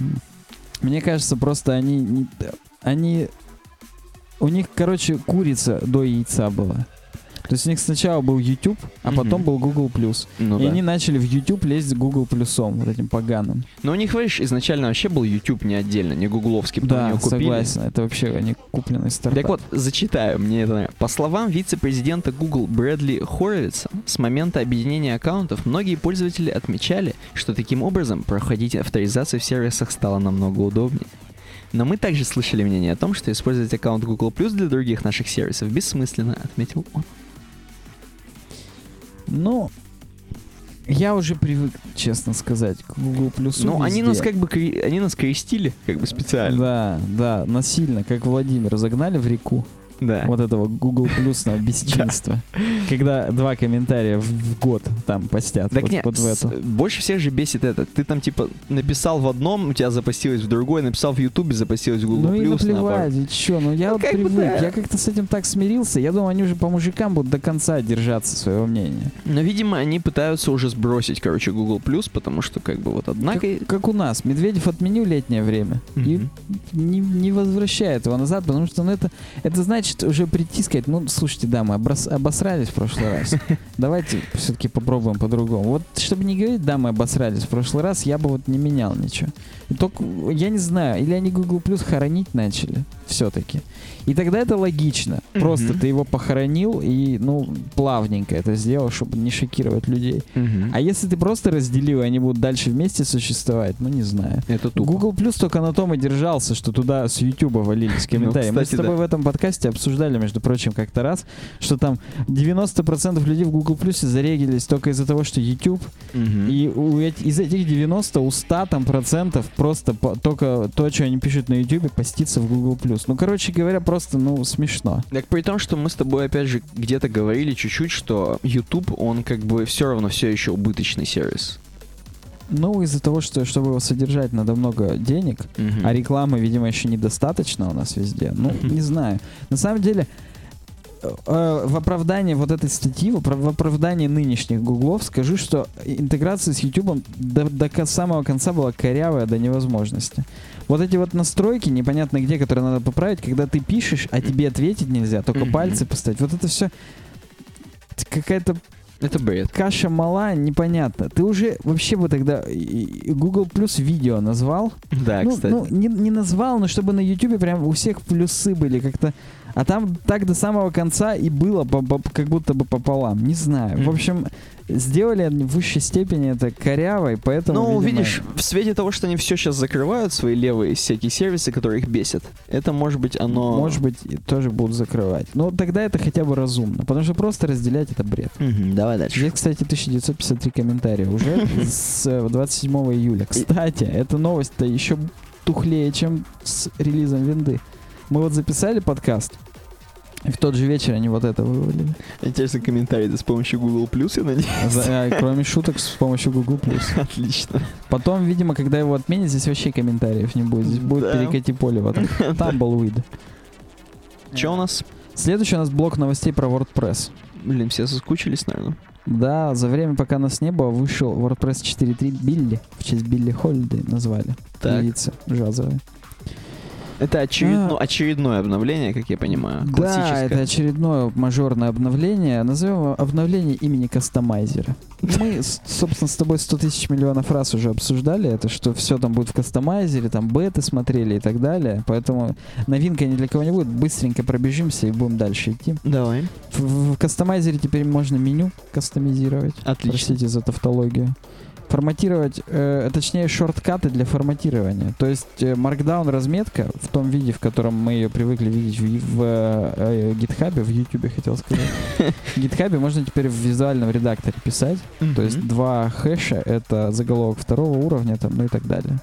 мне кажется, просто они... Не, они у них, короче, курица до яйца была. То есть у них сначала был YouTube, а mm-hmm. потом был Google+. Ну, и да. они начали в YouTube лезть с Google+, вот этим поганым. Но у них, видишь, изначально вообще был YouTube не отдельно, не гугловский, потом да, его купили. Согласен, это вообще они купленный стартап. Так вот, зачитаю, мне это нравится. По словам вице-президента Google Брэдли Хоровица, с момента объединения аккаунтов многие пользователи отмечали, что таким образом проходить авторизацию в сервисах стало намного удобнее. Но мы также слышали мнение о том, что использовать аккаунт Google Plus для других наших сервисов бессмысленно, отметил он. Ну, я уже привык, честно сказать, к Google Plus. Ну, они нас как бы они нас крестили, как бы специально. Да, да, насильно, как Владимир, загнали в реку. Да. Вот этого Google Plus-ного бесчинства. Когда два комментария в, в год там постят. Так вот, нет, вот в это. Больше всех же бесит это. Ты там типа написал в одном, у тебя запостилось в другой, написал в Ютубе, запостилось в Google+. Ну и наплевать, и чё, ну я ну, вот привык. Да. Я как-то с этим так смирился. Я думаю, они уже по мужикам будут до конца держаться своего мнения. Но, видимо, они пытаются уже сбросить, короче, Google+, потому что как бы вот однако... Как, как у нас. Медведев отменил летнее время mm-hmm. и не, не возвращает его назад, потому что ну, это, это значит уже прийти и сказать, ну, слушайте, да, мы оброс- обосрались в прошлый раз. Давайте все-таки попробуем по-другому. Вот, чтобы не говорить, да, мы обосрались в прошлый раз, я бы вот не менял ничего. И только, я не знаю, или они Google Plus хоронить начали все-таки. И тогда это логично. Просто mm-hmm. ты его похоронил и, ну, плавненько это сделал, чтобы не шокировать людей. Mm-hmm. А если ты просто разделил, и они будут дальше вместе существовать, ну, не знаю. Это тупо. Google Plus только на том и держался, что туда с YouTube валились комментарии. ну, кстати, Мы с тобой да. в этом подкасте обсуждали, между прочим, как-то раз, что там девяносто процентов людей в Google Plus зарегились только из-за того, что YouTube. Mm-hmm. И у эти, из этих девяноста у ста там процентов просто по, только то, что они пишут на YouTube, постится в Google Plus. Ну, короче говоря, просто, ну, смешно. Так при том, что мы с тобой, опять же, где-то говорили чуть-чуть, что YouTube, он как бы все равно все еще убыточный сервис. Ну, из-за того, что, чтобы его содержать, надо много денег, uh-huh. а рекламы, видимо, еще недостаточно у нас везде. Ну, uh-huh. не знаю. На самом деле, э, в оправдании вот этой статьи, в оправдании нынешних гуглов, скажу, что интеграция с YouTube до, до самого конца была корявая до невозможности. Вот эти вот настройки, непонятно где, которые надо поправить, когда ты пишешь, а тебе ответить нельзя, только uh-huh. пальцы поставить. Вот это все какая-то... Это бред. Каша мала, непонятно. Ты уже вообще бы тогда Google Plus видео назвал? Да, ну, кстати. Ну, не, не назвал, но чтобы на YouTube прям у всех плюсы были как-то. А там так до самого конца и было по, по, как будто бы пополам. Не знаю. Mm-hmm. В общем, сделали они в высшей степени это коряво, и поэтому... Ну, видимо... видишь, в свете того, что они все сейчас закрывают, свои левые всякие сервисы, которые их бесят, это, может быть, оно... Может быть, тоже будут закрывать. Но тогда это хотя бы разумно, потому что просто разделять это бред. Mm-hmm, давай дальше. Здесь, кстати, тысяча девятьсот пятьдесят три комментария уже с двадцать седьмого июля. Кстати, эта новость-то еще тухлее, чем с релизом винды. Мы вот записали подкаст, И в тот же вечер они вот это вывалили. Интересный комментарий, да, с помощью Google+, я надеюсь. За, а, кроме шуток, с помощью Google+. Отлично. Потом, видимо, когда его отменят, здесь вообще комментариев не будет. Здесь будет да. перекати поле. Вот Tumbleweed. Че у нас? Следующий у нас блок новостей про WordPress. Блин, все соскучились, наверное. Да, за время, пока нас не было, вышел WordPress четыре точка три Билли. В честь Билли Холидей назвали. Певицы джазовые. Это очередно, а, ну, очередное обновление, как я понимаю. Да, это очередное мажорное обновление. Назовем его обновление имени кастомайзера. Мы, собственно, с тобой сто тысяч миллионов раз уже обсуждали это, что все там будет в кастомайзере, там беты смотрели и так далее. Поэтому новинка ни для кого не будет. Быстренько пробежимся и будем дальше идти. Давай. В, в кастомайзере теперь можно меню кастомизировать. Отлично. Простите за тавтологию. Форматировать, э, точнее, шорткаты для форматирования. То есть э, Markdown разметка в том виде, в котором мы ее привыкли видеть в, в э, GitHub, в YouTube, хотел сказать. В GitHub можно теперь в визуальном редакторе писать. Mm-hmm. То есть два хэша — это заголовок второго уровня, там, ну и так далее.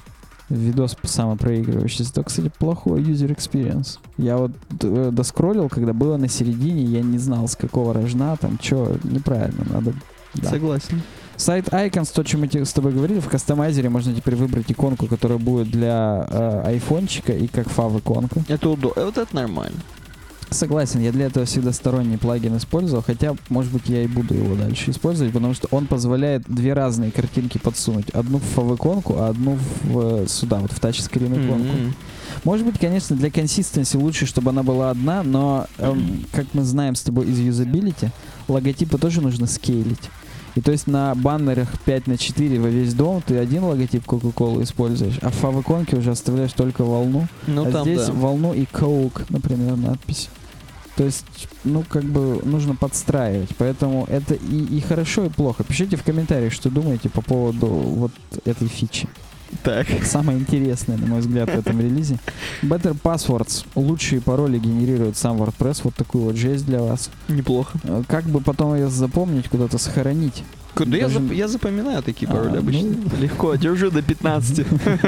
Видос самопроигрывающийся. Это, кстати, плохой user experience. Я вот э, доскроллил, когда было на середине, я не знал, с какого рожна, там, что неправильно, надо... Да. Согласен. Сайт Icons, то, о чем мы с тобой говорили, в кастомайзере можно теперь выбрать иконку, которая будет для э, айфончика и как фав-иконка. Это удобно. Вот это нормально. Согласен, я для этого всегда сторонний плагин использовал, хотя, может быть, я и буду его дальше использовать, потому что он позволяет две разные картинки подсунуть. Одну в фав-иконку, а одну в, сюда, вот в тачскрин-иконку. Mm-hmm. Может быть, конечно, для консистенции лучше, чтобы она была одна, но, эм, как мы знаем с тобой из юзабилити, логотипы тоже нужно скейлить. И то есть на баннерах пять на четыре во весь дом ты один логотип Coca-Cola используешь, а в фав-иконке уже оставляешь только волну. Ну, а там, здесь да. волну и Coke, например, надпись. То есть, ну, как бы нужно подстраивать. Поэтому это и, и хорошо, и плохо. Пишите в комментариях, что думаете по поводу вот этой фичи. Так. Самое интересное, на мой взгляд, в этом релизе. Better Passwords. Лучшие пароли генерирует сам WordPress. Вот такую вот жесть для вас. Неплохо. Как бы потом ее запомнить, куда-то сохранить? Куда я, зап- я запоминаю такие пароли а, обычно. Ну... Легко, держу до пятнадцати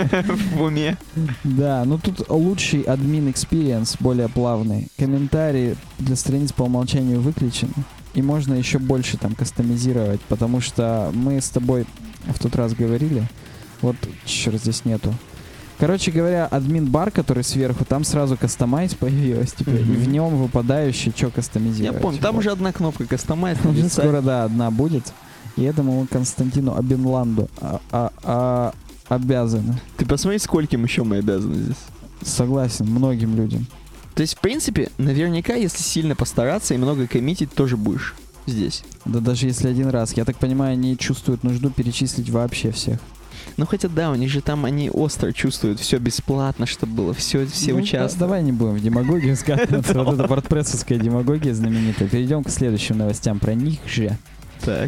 в уме. Да, ну тут лучший админ experience, более плавный. Комментарии для страниц по умолчанию выключены. И можно еще больше там кастомизировать, потому что мы с тобой в тот раз говорили. Вот, черт, здесь нету. Короче говоря, админ-бар, который сверху, там сразу кастомайз появилась, типа, mm-hmm. и в нем выпадающий, что кастомизировать. Я помню, там уже одна кнопка кастомайз. Уже скоро, да, одна будет. И этому Константину Абинланду а- а- а- обязаны. Ты посмотри, скольким еще мы обязаны здесь. Согласен, многим людям. То есть, в принципе, наверняка, если сильно постараться и много коммитить, тоже будешь здесь. Да даже если один раз. Я так понимаю, они чувствуют нужду перечислить вообще всех. Ну хотя да, у них же там они остро чувствуют все бесплатно, чтобы было, все, все ну, участвовали. Да, давай не будем в демагогию скатываться. Вот эта wordpress-овская демагогия знаменитая. Перейдем к следующим новостям про них же. Так.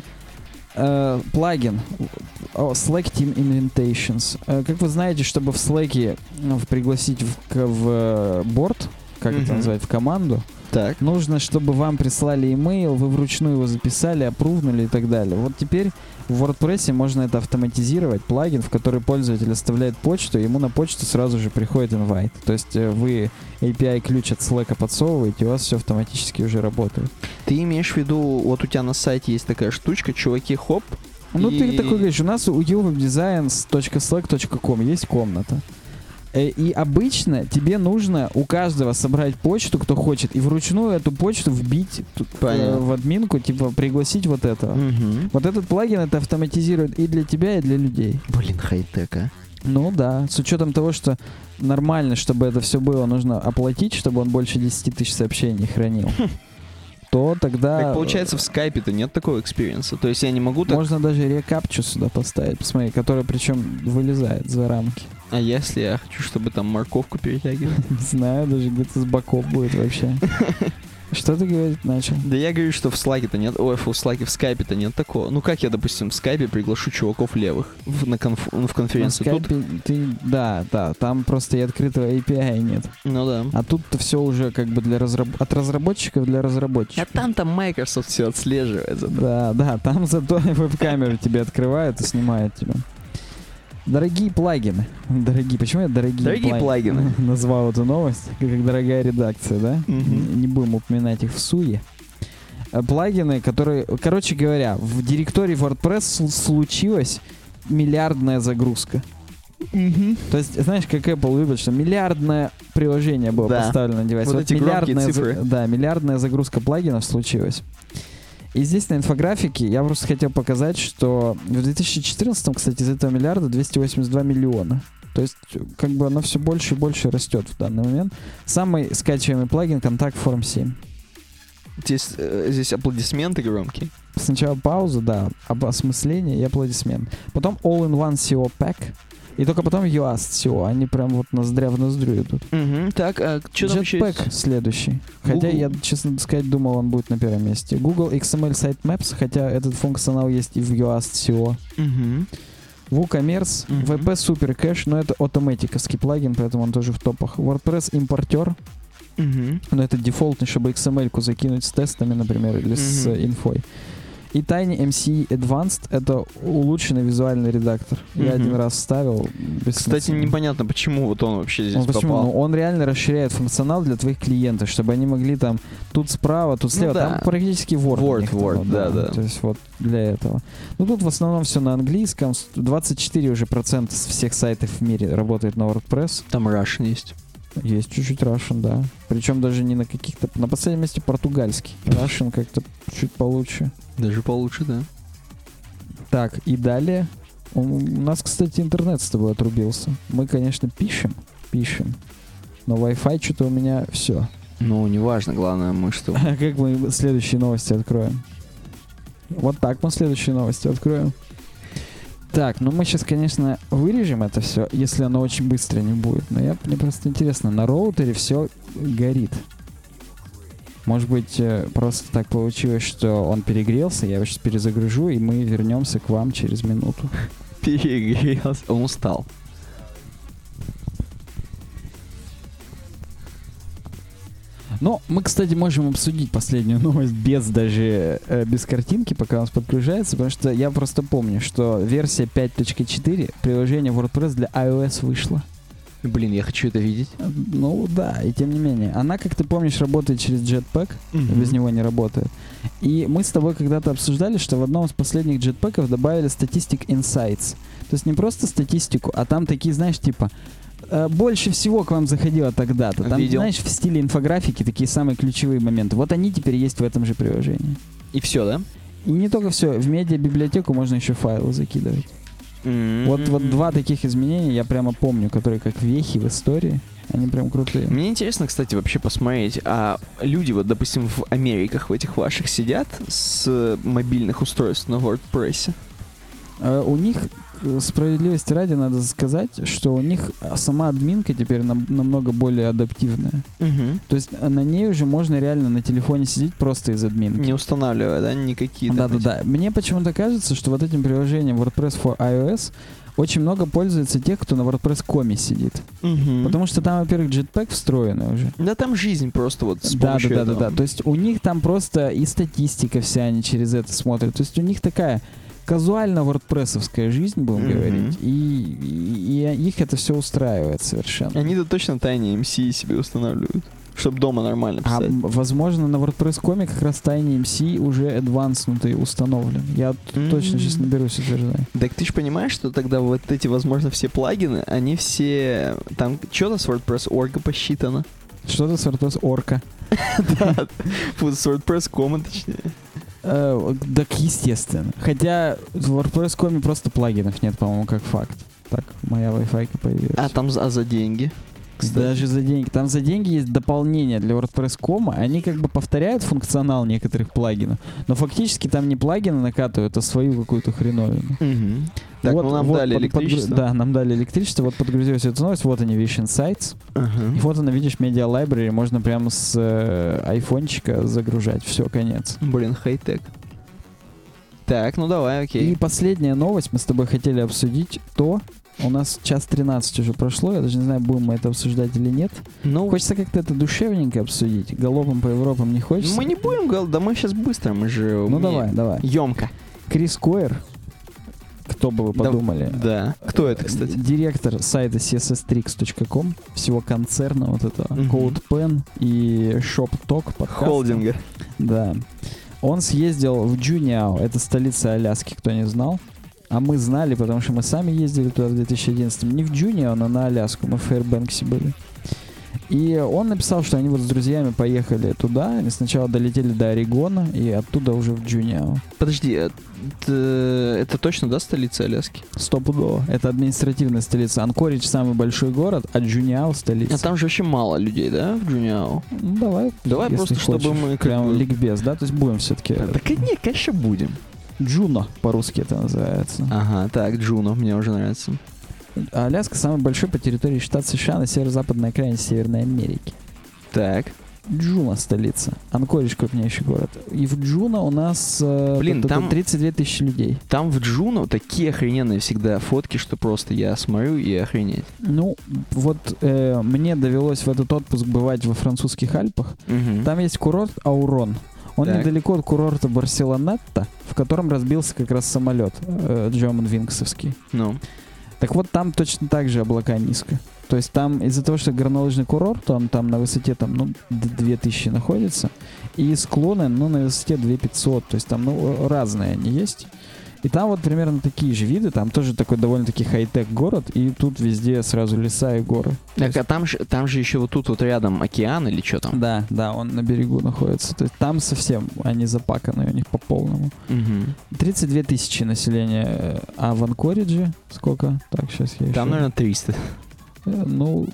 Плагин Slack Team Invitations. Как вы знаете, чтобы в Slack пригласить в борд, как это называть, в команду, так. нужно, чтобы вам прислали имейл, вы вручную его записали, опрувнули и так далее. Вот теперь в WordPress можно это автоматизировать, плагин, в который пользователь оставляет почту, и ему на почту сразу же приходит инвайт. То есть вы эй пи ай-ключ от Slack подсовываете, и у вас все автоматически уже работает. Ты имеешь в виду, вот у тебя на сайте есть такая штучка, чуваки, хоп. Ну и... ты такой говоришь, у нас у uwebdesigns точка slack точка com есть комната. И обычно тебе нужно у каждого собрать почту, кто хочет, и вручную эту почту вбить э, в админку, типа пригласить вот этого. Угу. Вот этот плагин это автоматизирует и для тебя, и для людей. Блин, хай-тек, а? Ну да, с учетом того, что нормально, чтобы это все было, нужно оплатить, чтобы он больше десять тысяч сообщений хранил. То тогда... Так получается, в скайпе-то нет такого экспириенса. То есть я не могу так... Можно даже рекапчу сюда поставить, посмотри, которая причем вылезает за рамки. А если я хочу, чтобы там морковку перетягивать? Не знаю, даже где-то с боков будет вообще. Что ты говорить начал? Да я говорю, что в Slack-то нет, ой, в Slack, в скайпе-то нет такого. Ну как я, допустим, в скайпе приглашу чуваков левых в, на конф, ну, в конференцию? На скайпе тут... ты, да, да, там просто и открытого эй пи ай нет. Ну да. А тут-то все уже как бы для разраб... от разработчиков для разработчиков. А там-то Microsoft все отслеживает. Зато. Да, да, там зато веб-камеру тебе открывают и снимают тебя. Дорогие плагины. Дорогие. Почему я дорогие, дорогие плагины? плагины назвал эту новость? Как дорогая редакция, да? Mm-hmm. Не будем упоминать их в суе. Плагины, которые... Короче говоря, в директории WordPress случилась миллиардная загрузка. Mm-hmm. То есть, знаешь, как Apple любит, что миллиардное приложение было да. поставлено на девайс. Вот, вот эти миллиардная, цифры. Да, миллиардная загрузка плагинов случилась. И здесь на инфографике я просто хотел показать, что в две тысячи четырнадцатом, кстати, из этого миллиарда двести восемьдесят два миллиона. То есть, как бы оно все больше и больше растет в данный момент. Самый скачиваемый плагин — Contact Form семь. Здесь, э, здесь аплодисменты громкие. Сначала пауза, да, об осмысление и аплодисмент. Потом All-in-One си о Pack. И только потом Yoast си о. Они прям вот ноздря в ноздрю идут. Угу. Так, а что там еще есть? Jetpack следующий. Google. Хотя я, честно сказать, думал, он будет на первом месте. Google икс эм эль Sitemaps, хотя этот функционал есть и в Yoast си о. Угу. WooCommerce, угу. ви пи Super Cache, но это автоматиковский плагин, поэтому он тоже в топах. WordPress импортер. Угу. Но это дефолтный, чтобы икс эм эль-ку закинуть с тестами, например, или угу. с инфой. И TinyMCE Advanced — это улучшенный визуальный редактор. Mm-hmm. Я один раз ставил. Кстати, непонятно, почему вот он вообще здесь он попал. Почему? Ну, он реально расширяет функционал для твоих клиентов, чтобы они могли там тут справа, тут слева. Ну, да. Там практически Word. Word, Word, того, да, да, да. То есть вот для этого. Ну, тут в основном все на английском. двадцать четыре уже процента с всех сайтов в мире работает на WordPress. Там Russian есть. Есть чуть-чуть Russian, да. Причем даже не на каких-то... На последнем месте португальский. Russian как-то чуть получше. Даже получше, да. Так, и далее. У нас, кстати, интернет с тобой отрубился. Мы, конечно, пишем, пишем. Но Wi-Fi что-то у меня все. Ну, неважно, главное, мы что... А как мы следующие новости откроем? Вот так мы следующие новости откроем. Так, ну мы сейчас, конечно, вырежем это все, если оно очень быстро не будет. Но я, мне просто интересно, на роутере все горит. Может быть, просто так получилось, что он перегрелся, я его сейчас перезагружу, и мы вернемся к вам через минуту. Перегрелся. Он устал. Но мы, кстати, можем обсудить последнюю новость без даже э, без картинки, пока у нас подгружается, потому что я просто помню, что версия пять точка четыре приложения WordPress для iOS вышла. Блин, я хочу это видеть. Ну да, и тем не менее. Она, как ты помнишь, работает через Jetpack, mm-hmm. без него не работает. И мы с тобой когда-то обсуждали, что в одном из последних Jetpack'ов добавили Statistic Insights. То есть не просто статистику, а там такие, знаешь, типа... больше всего к вам заходило тогда-то. Там, Видел. Знаешь, в стиле инфографики такие самые ключевые моменты. Вот они теперь есть в этом же приложении. И все, да? И не только все. В медиабиблиотеку можно еще файлы закидывать. Mm-hmm. Вот, вот два таких изменения я прямо помню, которые как вехи в истории. Они прям крутые. Мне интересно, кстати, вообще посмотреть, а люди, вот, допустим, в Америках в этих ваших сидят с мобильных устройств на WordPress? Uh, у них, справедливости ради, надо сказать, что у них сама админка теперь нам, намного более адаптивная. Uh-huh. То есть на ней уже можно реально на телефоне сидеть просто из админки. Не устанавливая, да, никакие... Да-да-да. Мне почему-то кажется, что вот этим приложением WordPress for iOS очень много пользуется тех, кто на WordPress точка ком сидит. Uh-huh. Потому что там, во-первых, Jetpack встроенный уже. Да, там жизнь просто вот с да, помощью да, этого. Да, да, да. То есть у них там просто и статистика вся, они через это смотрят. То есть у них такая... казуально вордпрессовская жизнь, будем mm-hmm. говорить, и, и, и их это все устраивает совершенно. Они-то точно TinyMCE себе устанавливают, чтобы дома нормально писать. А, возможно, на WordPress точка ком как раз TinyMCE уже advanced установлен. Я mm-hmm. точно сейчас не берусь утверждать. Так ты же понимаешь, что тогда вот эти, возможно, все плагины, они все... Там что-то с WordPress точка орг посчитано. Что-то с WordPress точка орг. Да, с WordPress точка ком точнее. Uh, так, естественно. Хотя в WordPress точка ком просто плагинов нет, по-моему, как факт. Так, моя Wi-Fi появилась. А там за, а за деньги? Кстати. Даже за деньги. Там за деньги есть дополнения для WordPress точка ком. Они как бы повторяют функционал некоторых плагинов, но фактически там не плагины накатывают, а свою какую-то хреновину. Угу. Так, вот, ну нам вот дали под, электричество. Под, да, нам дали электричество. Вот подгрузилась эта новость. Вот они, Wish Insights. Uh-huh. И вот она, видишь, Media Library. Можно прямо с э, айфончика загружать. Все, конец. Блин, хай-тек. Так, ну давай, окей. И последняя новость. Мы с тобой хотели обсудить то... У нас час тринадцать уже прошло. Я даже не знаю, будем мы это обсуждать или нет. Ну, хочется как-то это душевненько обсудить. Галопом по Европам не хочется. Мы не будем, да мы сейчас быстро, мы же... Ну давай, давай. Емко. Крис Койер, кто кто бы вы подумали. Да. Кто это, кстати? Директор сайта си эс эс трикс точка ком, всего концерна вот этого, uh-huh. CodePen и ShopTalk подкаста. Холдинга. Да. Он съездил в Джуниау, это столица Аляски, кто не знал. А мы знали, потому что мы сами ездили туда в две тысячи одиннадцатом. Не в Джуниау, но на Аляску. Мы в Фэрбэнксе были. И он написал, что они вот с друзьями поехали туда. Они сначала долетели до Орегона и оттуда уже в Джуниау. Подожди, это, это точно, да, столица Аляски? Стопудово. Это административная столица. Анкоридж самый большой город, а Джуниау столица. А там же вообще мало людей, да, в Джуниау? Ну, давай. Давай просто, хочешь, чтобы мы... Прям бы... ликбез, да? То есть будем все-таки... Да, нет, конечно, будем. Джуно по-русски это называется. Ага, так, Джуно, мне уже нравится. Аляска самый большой по территории штата США на северо-западной окраине Северной Америки. Так. Джуно столица. Анкоридж крупнейший город. И в Джуно у нас Блин, там тридцать две тысячи людей. Там в Джуно такие охрененные всегда фотки, что просто я смотрю и охренеть. Ну, вот э, мне довелось в этот отпуск бывать во французских Альпах. Угу. Там есть курорт Аурон. Он так. недалеко от курорта Барселонетта, в котором разбился как раз самолет э, Germanwings-овский. Ну. Так вот, там точно так же облака низко. То есть там из-за того, что горнолыжный курорт, он там на высоте там, ну, две тысячи находится, и склоны, ну, на высоте две тысячи пятьсот, то есть там, ну, разные они есть. И там вот примерно такие же виды, там тоже такой довольно-таки хай-тек город, и тут везде сразу леса и горы. Так, а там же, там же еще вот тут вот рядом океан или что там? Да, да, он на берегу находится. То есть там совсем они запаканы у них по полному. Угу. тридцать две тысячи населения, а в Анкоридже сколько? Так, сейчас я Там, еще... наверное, триста. Ну,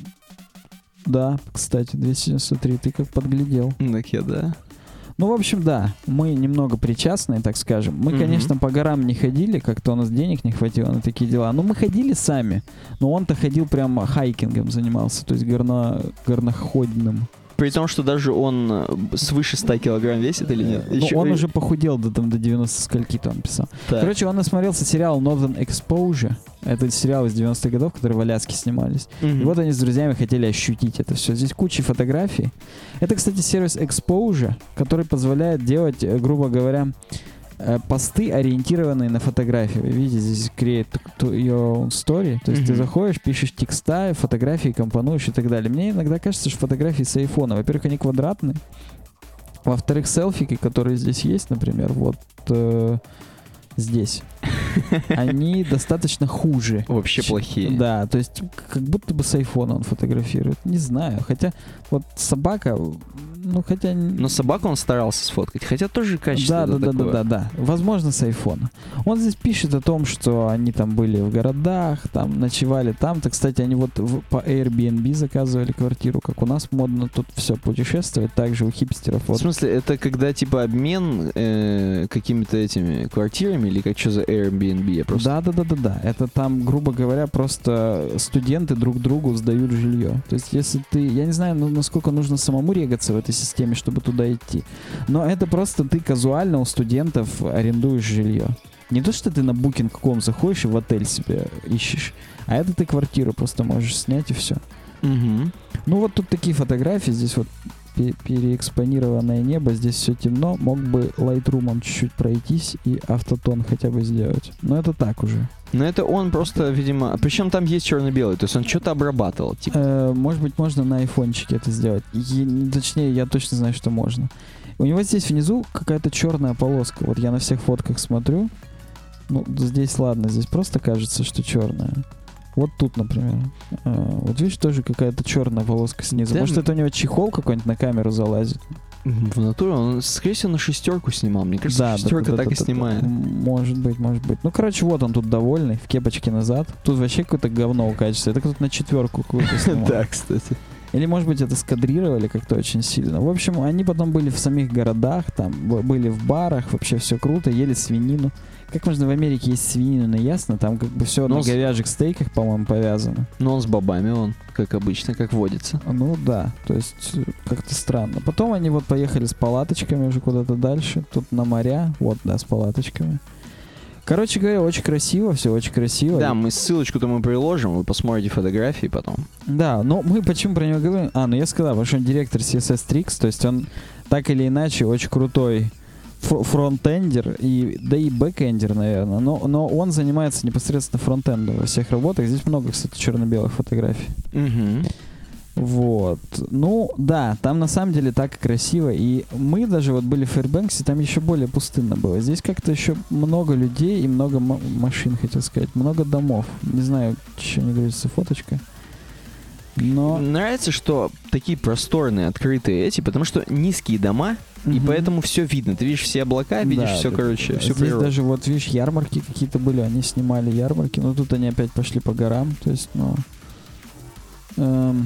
да, кстати, двести девяносто три, ты как подглядел. Так я, да. Ну, в общем, да, мы немного причастны, так скажем. Мы, mm-hmm. конечно, по горам не ходили, как-то у нас денег не хватило на такие дела. Ну, мы ходили сами, но он-то ходил прямо хайкингом занимался, то есть горно... горноходным. При том, что даже он свыше ста килограмм весит или нет? Ну, Еще... он уже похудел до, там, до девяноста скольки-то, он писал. Так. Короче, он насмотрелся сериал Northern Exposure. Это сериал из девяностых годов, которые в Аляске снимались. Mm-hmm. И вот они с друзьями хотели ощутить это все. Здесь куча фотографий. Это, кстати, сервис Exposure, который позволяет делать, грубо говоря, посты, ориентированные на фотографии. Вы видите, здесь create your own story. То есть mm-hmm. ты заходишь, пишешь текста, фотографии, компонуешь и так далее. Мне иногда кажется, что фотографии с айфона, во-первых, они квадратные. Во-вторых, селфики, которые здесь есть, например, вот э, здесь, они достаточно хуже. Вообще плохие. Да, то есть как будто бы с айфона он фотографирует. Не знаю. Хотя вот собака... Ну, хотя... Но собаку он старался сфоткать, хотя тоже качество да, да, такое. да, да, да, возможно, с айфона. Он здесь пишет о том, что они там были в городах, там ночевали там-то. Кстати, они вот в, по Airbnb заказывали квартиру, как у нас модно тут все путешествовать, также у хипстеров. Вот. В смысле, это когда типа обмен э, какими-то этими квартирами или как что за Airbnb? Я просто... Да, да, да, да, да. Это там, грубо говоря, просто студенты друг другу сдают жилье. То есть, если ты, я не знаю, ну, насколько нужно самому регаться в этой системе, чтобы туда идти. Но это просто ты казуально у студентов арендуешь жилье. Не то, что ты на букинг точка ком заходишь и в отель себе ищешь, а это ты квартиру просто можешь снять и все. Угу. Ну вот тут такие фотографии, здесь вот переэкспонированное небо, здесь все темно, мог бы Lightroom чуть-чуть пройтись и автотон хотя бы сделать. Но это так уже. Но это он просто, видимо... Причем там есть черно-белый, то есть он что-то обрабатывал. Типа. Э, может быть, можно на айфончике это сделать. И, точнее, я точно знаю, что можно. У него здесь внизу какая-то черная полоска. Вот я на всех фотках смотрю. Ну, здесь ладно, здесь просто кажется, что черная. Вот тут, например. А, вот видишь, тоже какая-то черная полоска снизу. Да, может, это у него чехол какой-нибудь на камеру залазит? В натуре он, скорее всего, на шестерку снимал. Мне кажется, да, шестерка да, да, так да, и да, снимает. Может быть, может быть. Ну, короче, вот он тут довольный, в кепочке назад. Тут вообще какое-то говно качество. Это кто-то на четверку какую-то снимал. Да, кстати. Или, может быть, это скадрировали как-то очень сильно. В общем, они потом были в самих городах, там, были в барах, вообще все круто, ели свинину. Как можно в Америке есть свинину, но ясно, там как бы все на с... говяжьих стейках, по-моему, повязано. Но он с бобами, он, как обычно, как водится. Ну да, то есть как-то странно. Потом они вот поехали с палаточками уже куда-то дальше, тут на моря, вот, да, с палаточками. Короче говоря, очень красиво, все очень красиво. Да, мы ссылочку-то мы приложим, вы посмотрите фотографии потом. Да, но мы почему про него говорим? А, ну я сказал, потому что он директор си эс эс Tricks, то есть он так или иначе очень крутой фронтендер, и, да и бэкэндер, наверное, но, но он занимается непосредственно фронтендом во всех работах. Здесь много, кстати, черно-белых фотографий. Угу. Вот. Ну, да, там на самом деле так красиво. И мы даже вот были в Фэрбэнксе, там еще более пустынно было. Здесь как-то еще много людей и много м- машин, хотел сказать. Много домов. Не знаю, что не грузится фоточка. Но... Нравится, что такие просторные, открытые эти, потому что низкие дома, mm-hmm. и поэтому все видно. Ты видишь все облака, видишь да, все, короче, всю здесь природу. Даже вот, видишь, ярмарки какие-то были, они снимали ярмарки, но тут они опять пошли по горам, то есть, ну... Эм,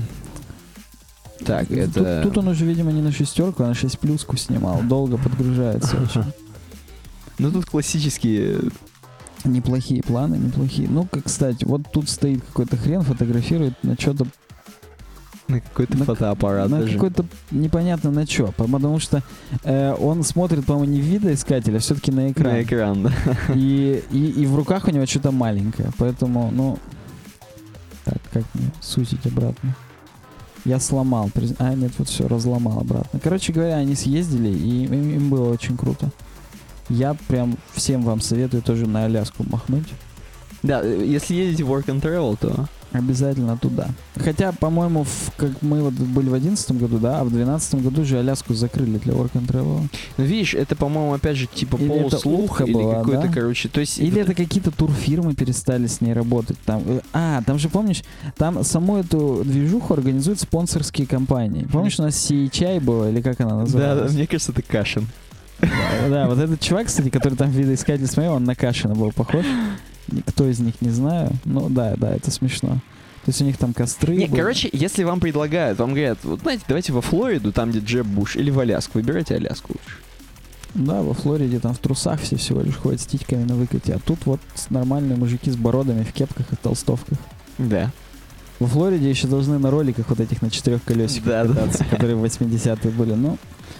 так, тут, это... Тут он уже, видимо, не на шестерку, а на шесть плюску снимал. Долго подгружается очень. Ну, тут классические... Неплохие планы, неплохие. Ну, как, кстати, вот тут стоит какой-то хрен, фотографирует на что-то. На какой-то на, фотоаппарат На даже. какой-то непонятно на что. Потому что э, он смотрит, по-моему, не в видоискатель, а все-таки на экран. На экран, да. И, и, и в руках у него что-то маленькое. Поэтому, ну... Так, как мне сузить обратно? Я сломал. А, нет, вот все, разломал обратно. Короче говоря, они съездили, и им, им было очень круто. Я прям всем вам советую тоже на Аляску махнуть. Да, если едете в Work and Travel, то... Обязательно туда. Хотя, по-моему, в, как мы вот были в одиннадцатом году, да, а в двенадцатом году же Аляску закрыли для Work and Travel. Ну, видишь, это, по-моему, опять же, типа или полуслух, или была, какой-то, да? короче, то есть... Или это... это какие-то турфирмы перестали с ней работать. Там, а, там же, помнишь, там саму эту движуху организуют спонсорские компании. Помнишь, у нас си эйч ай было, или как она называлась? Да, да, мне кажется, это Кашин. Да, да, вот этот чувак, кстати, который там видоискатель смотрел, он на Кашина был похож. Кто из них, не знаю. Ну да, да, это смешно. То есть у них там костры. Не, были. короче, если вам предлагают, вам говорят, вот знаете, давайте во Флориду, там, где Джеб Буш, или в Аляску, выбирайте Аляску лучше. Да, во Флориде там в трусах все всего лишь ходят с титьками на выкате, а тут вот нормальные мужики с бородами в кепках и толстовках. Да. Во Флориде еще должны на роликах вот этих на четырех колесиках да, кататься, да. которые в восьмидесятые были. Ну,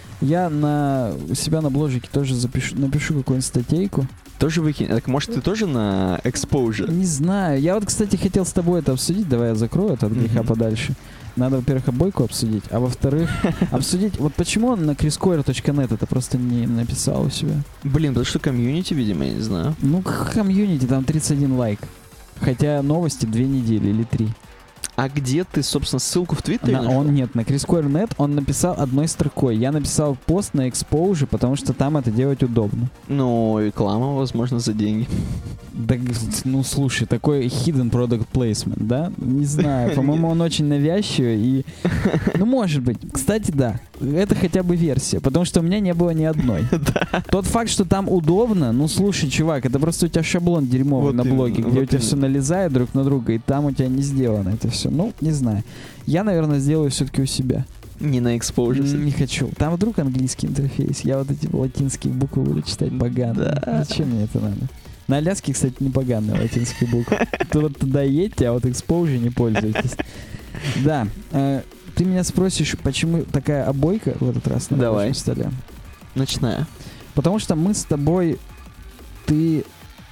я на у себя на бложике тоже запишу, напишу какую-нибудь статейку. Тоже выкинь. Так, может, ты тоже на Exposure? Не знаю. Я вот, кстати, хотел с тобой это обсудить. Давай я закрою это от греха mm-hmm. подальше. Надо, во-первых, обойку обсудить, а во-вторых, обсудить... Вот почему он на chriscoyer точка нет это просто не написал у себя? Блин, потому что комьюнити, видимо, я не знаю. Ну, комьюнити, там тридцать один лайк. Хотя новости две недели или три. А где ты, собственно, ссылку в Твиттере на, он нет, на chriscoyer точка нет он написал одной строкой. Я написал пост на Exposure, потому что там это делать удобно. Ну, реклама, возможно, за деньги. Да, ну, слушай, такой hidden product placement, да? Не знаю, по-моему, он очень навязчивый и... Ну, может быть. Кстати, да, это хотя бы версия, потому что у меня не было ни одной. Тот факт, что там удобно, ну, слушай, чувак, это просто у тебя шаблон дерьмовый на блоге, где у тебя все налезает друг на друга, и там у тебя не сделано это все. Ну, не знаю. Я, наверное, сделаю все-таки у себя. Не на Exposure. Не хочу. Там вдруг английский интерфейс. Я вот эти латинские буквы буду читать поганые. Да. Зачем мне это надо? На Аляске, кстати, не поганые латинские буквы. Ты вот туда едьте, а вот Exposure не пользуйтесь. Да. Ты меня спросишь, почему такая обойка в этот раз на рабочем столе? Начиная. Потому что мы с тобой... Ты...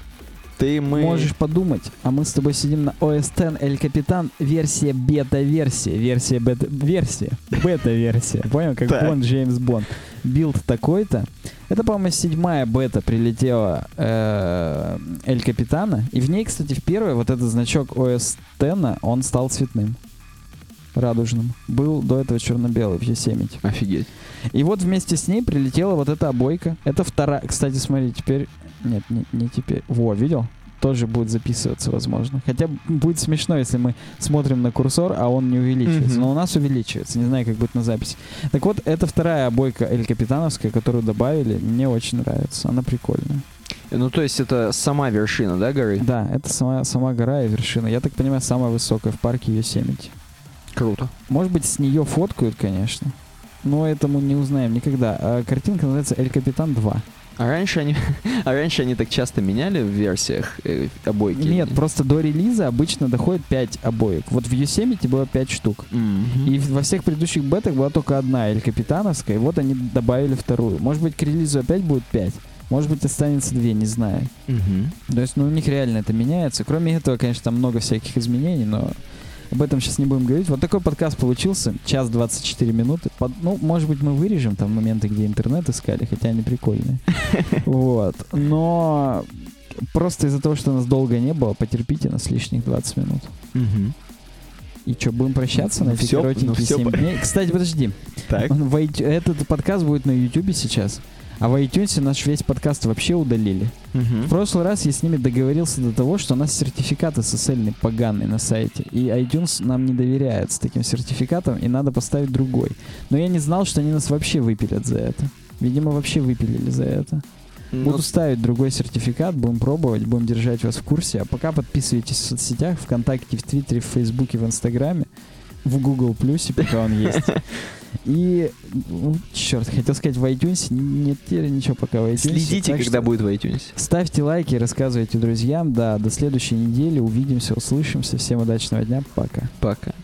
Ты мы... можешь подумать, а мы с тобой сидим на о эс десять El Capitan, версия бета-версия, версия бета-версия, бета-версия, понял, как Бонд, Джеймс Бонд. Билд такой-то. Это, по-моему, седьмая бета прилетела э, El Capitan, и в ней, кстати, в первой вот этот значок о эс десять, он стал цветным, радужным. Был до этого черно-белый в Yosemite. Офигеть. И вот вместе с ней прилетела вот эта обойка. Это вторая... Кстати, смотри, теперь... Нет, не, не теперь. Во, видел? Тоже будет записываться, возможно. Хотя будет смешно, если мы смотрим на курсор, а он не увеличивается. Mm-hmm. Но у нас увеличивается. Не знаю, как будет на записи. Так вот, это вторая обойка Эль Капитановская, которую добавили. Мне очень нравится. Она прикольная. Ну, то есть это сама вершина, да, горы? Да, это сама, сама гора и вершина. Я так понимаю, самая высокая в парке Yosemite. Круто. Может быть, с нее фоткают, конечно. Но это мы не узнаем никогда. А картинка называется Эль Капитан два. А раньше они, а раньше они так часто меняли в версиях э, обойки? Нет, просто до релиза обычно доходит пять обоек. Вот в Yosemite было пять штук. Mm-hmm. И во всех предыдущих бетах была только одна Эль Капитановская, и вот они добавили вторую. Может быть, к релизу опять будет пять. Может быть, останется две, не знаю. Mm-hmm. То есть, ну, у них реально это меняется. Кроме этого, конечно, там много всяких изменений, но об этом сейчас не будем говорить. Вот такой подкаст получился, час двадцать четыре минуты. Под, ну, может быть, мы вырежем там моменты, где интернет искали, хотя они прикольные. Вот. Но просто из-за того, что нас долго не было, потерпите нас лишних двадцать минут. И что, будем прощаться на эти все, коротенькие семь дней? Кстати, подожди. Так. В, этот подкаст будет на YouTube сейчас, а в iTunes наш весь подкаст вообще удалили. Угу. В прошлый раз я с ними договорился до того, что у нас сертификат эс эс эль поганый на сайте, и iTunes нам не доверяет с таким сертификатом, и надо поставить другой. Но я не знал, что они нас вообще выпилят за это. Видимо, вообще выпилили за это. Буду ну, ставить другой сертификат, будем пробовать, будем держать вас в курсе. А пока подписывайтесь в соцсетях, ВКонтакте, в Твиттере, в Фейсбуке, в Инстаграме, в Google Плюсе, пока он есть. И, ну, черт, хотел сказать в iTunes, нет теперь ничего пока в iTunes. Следите, когда будет в iTunes. Ставьте лайки, рассказывайте друзьям. Да, до следующей недели. Увидимся, услышимся. Всем удачного дня. Пока. Пока.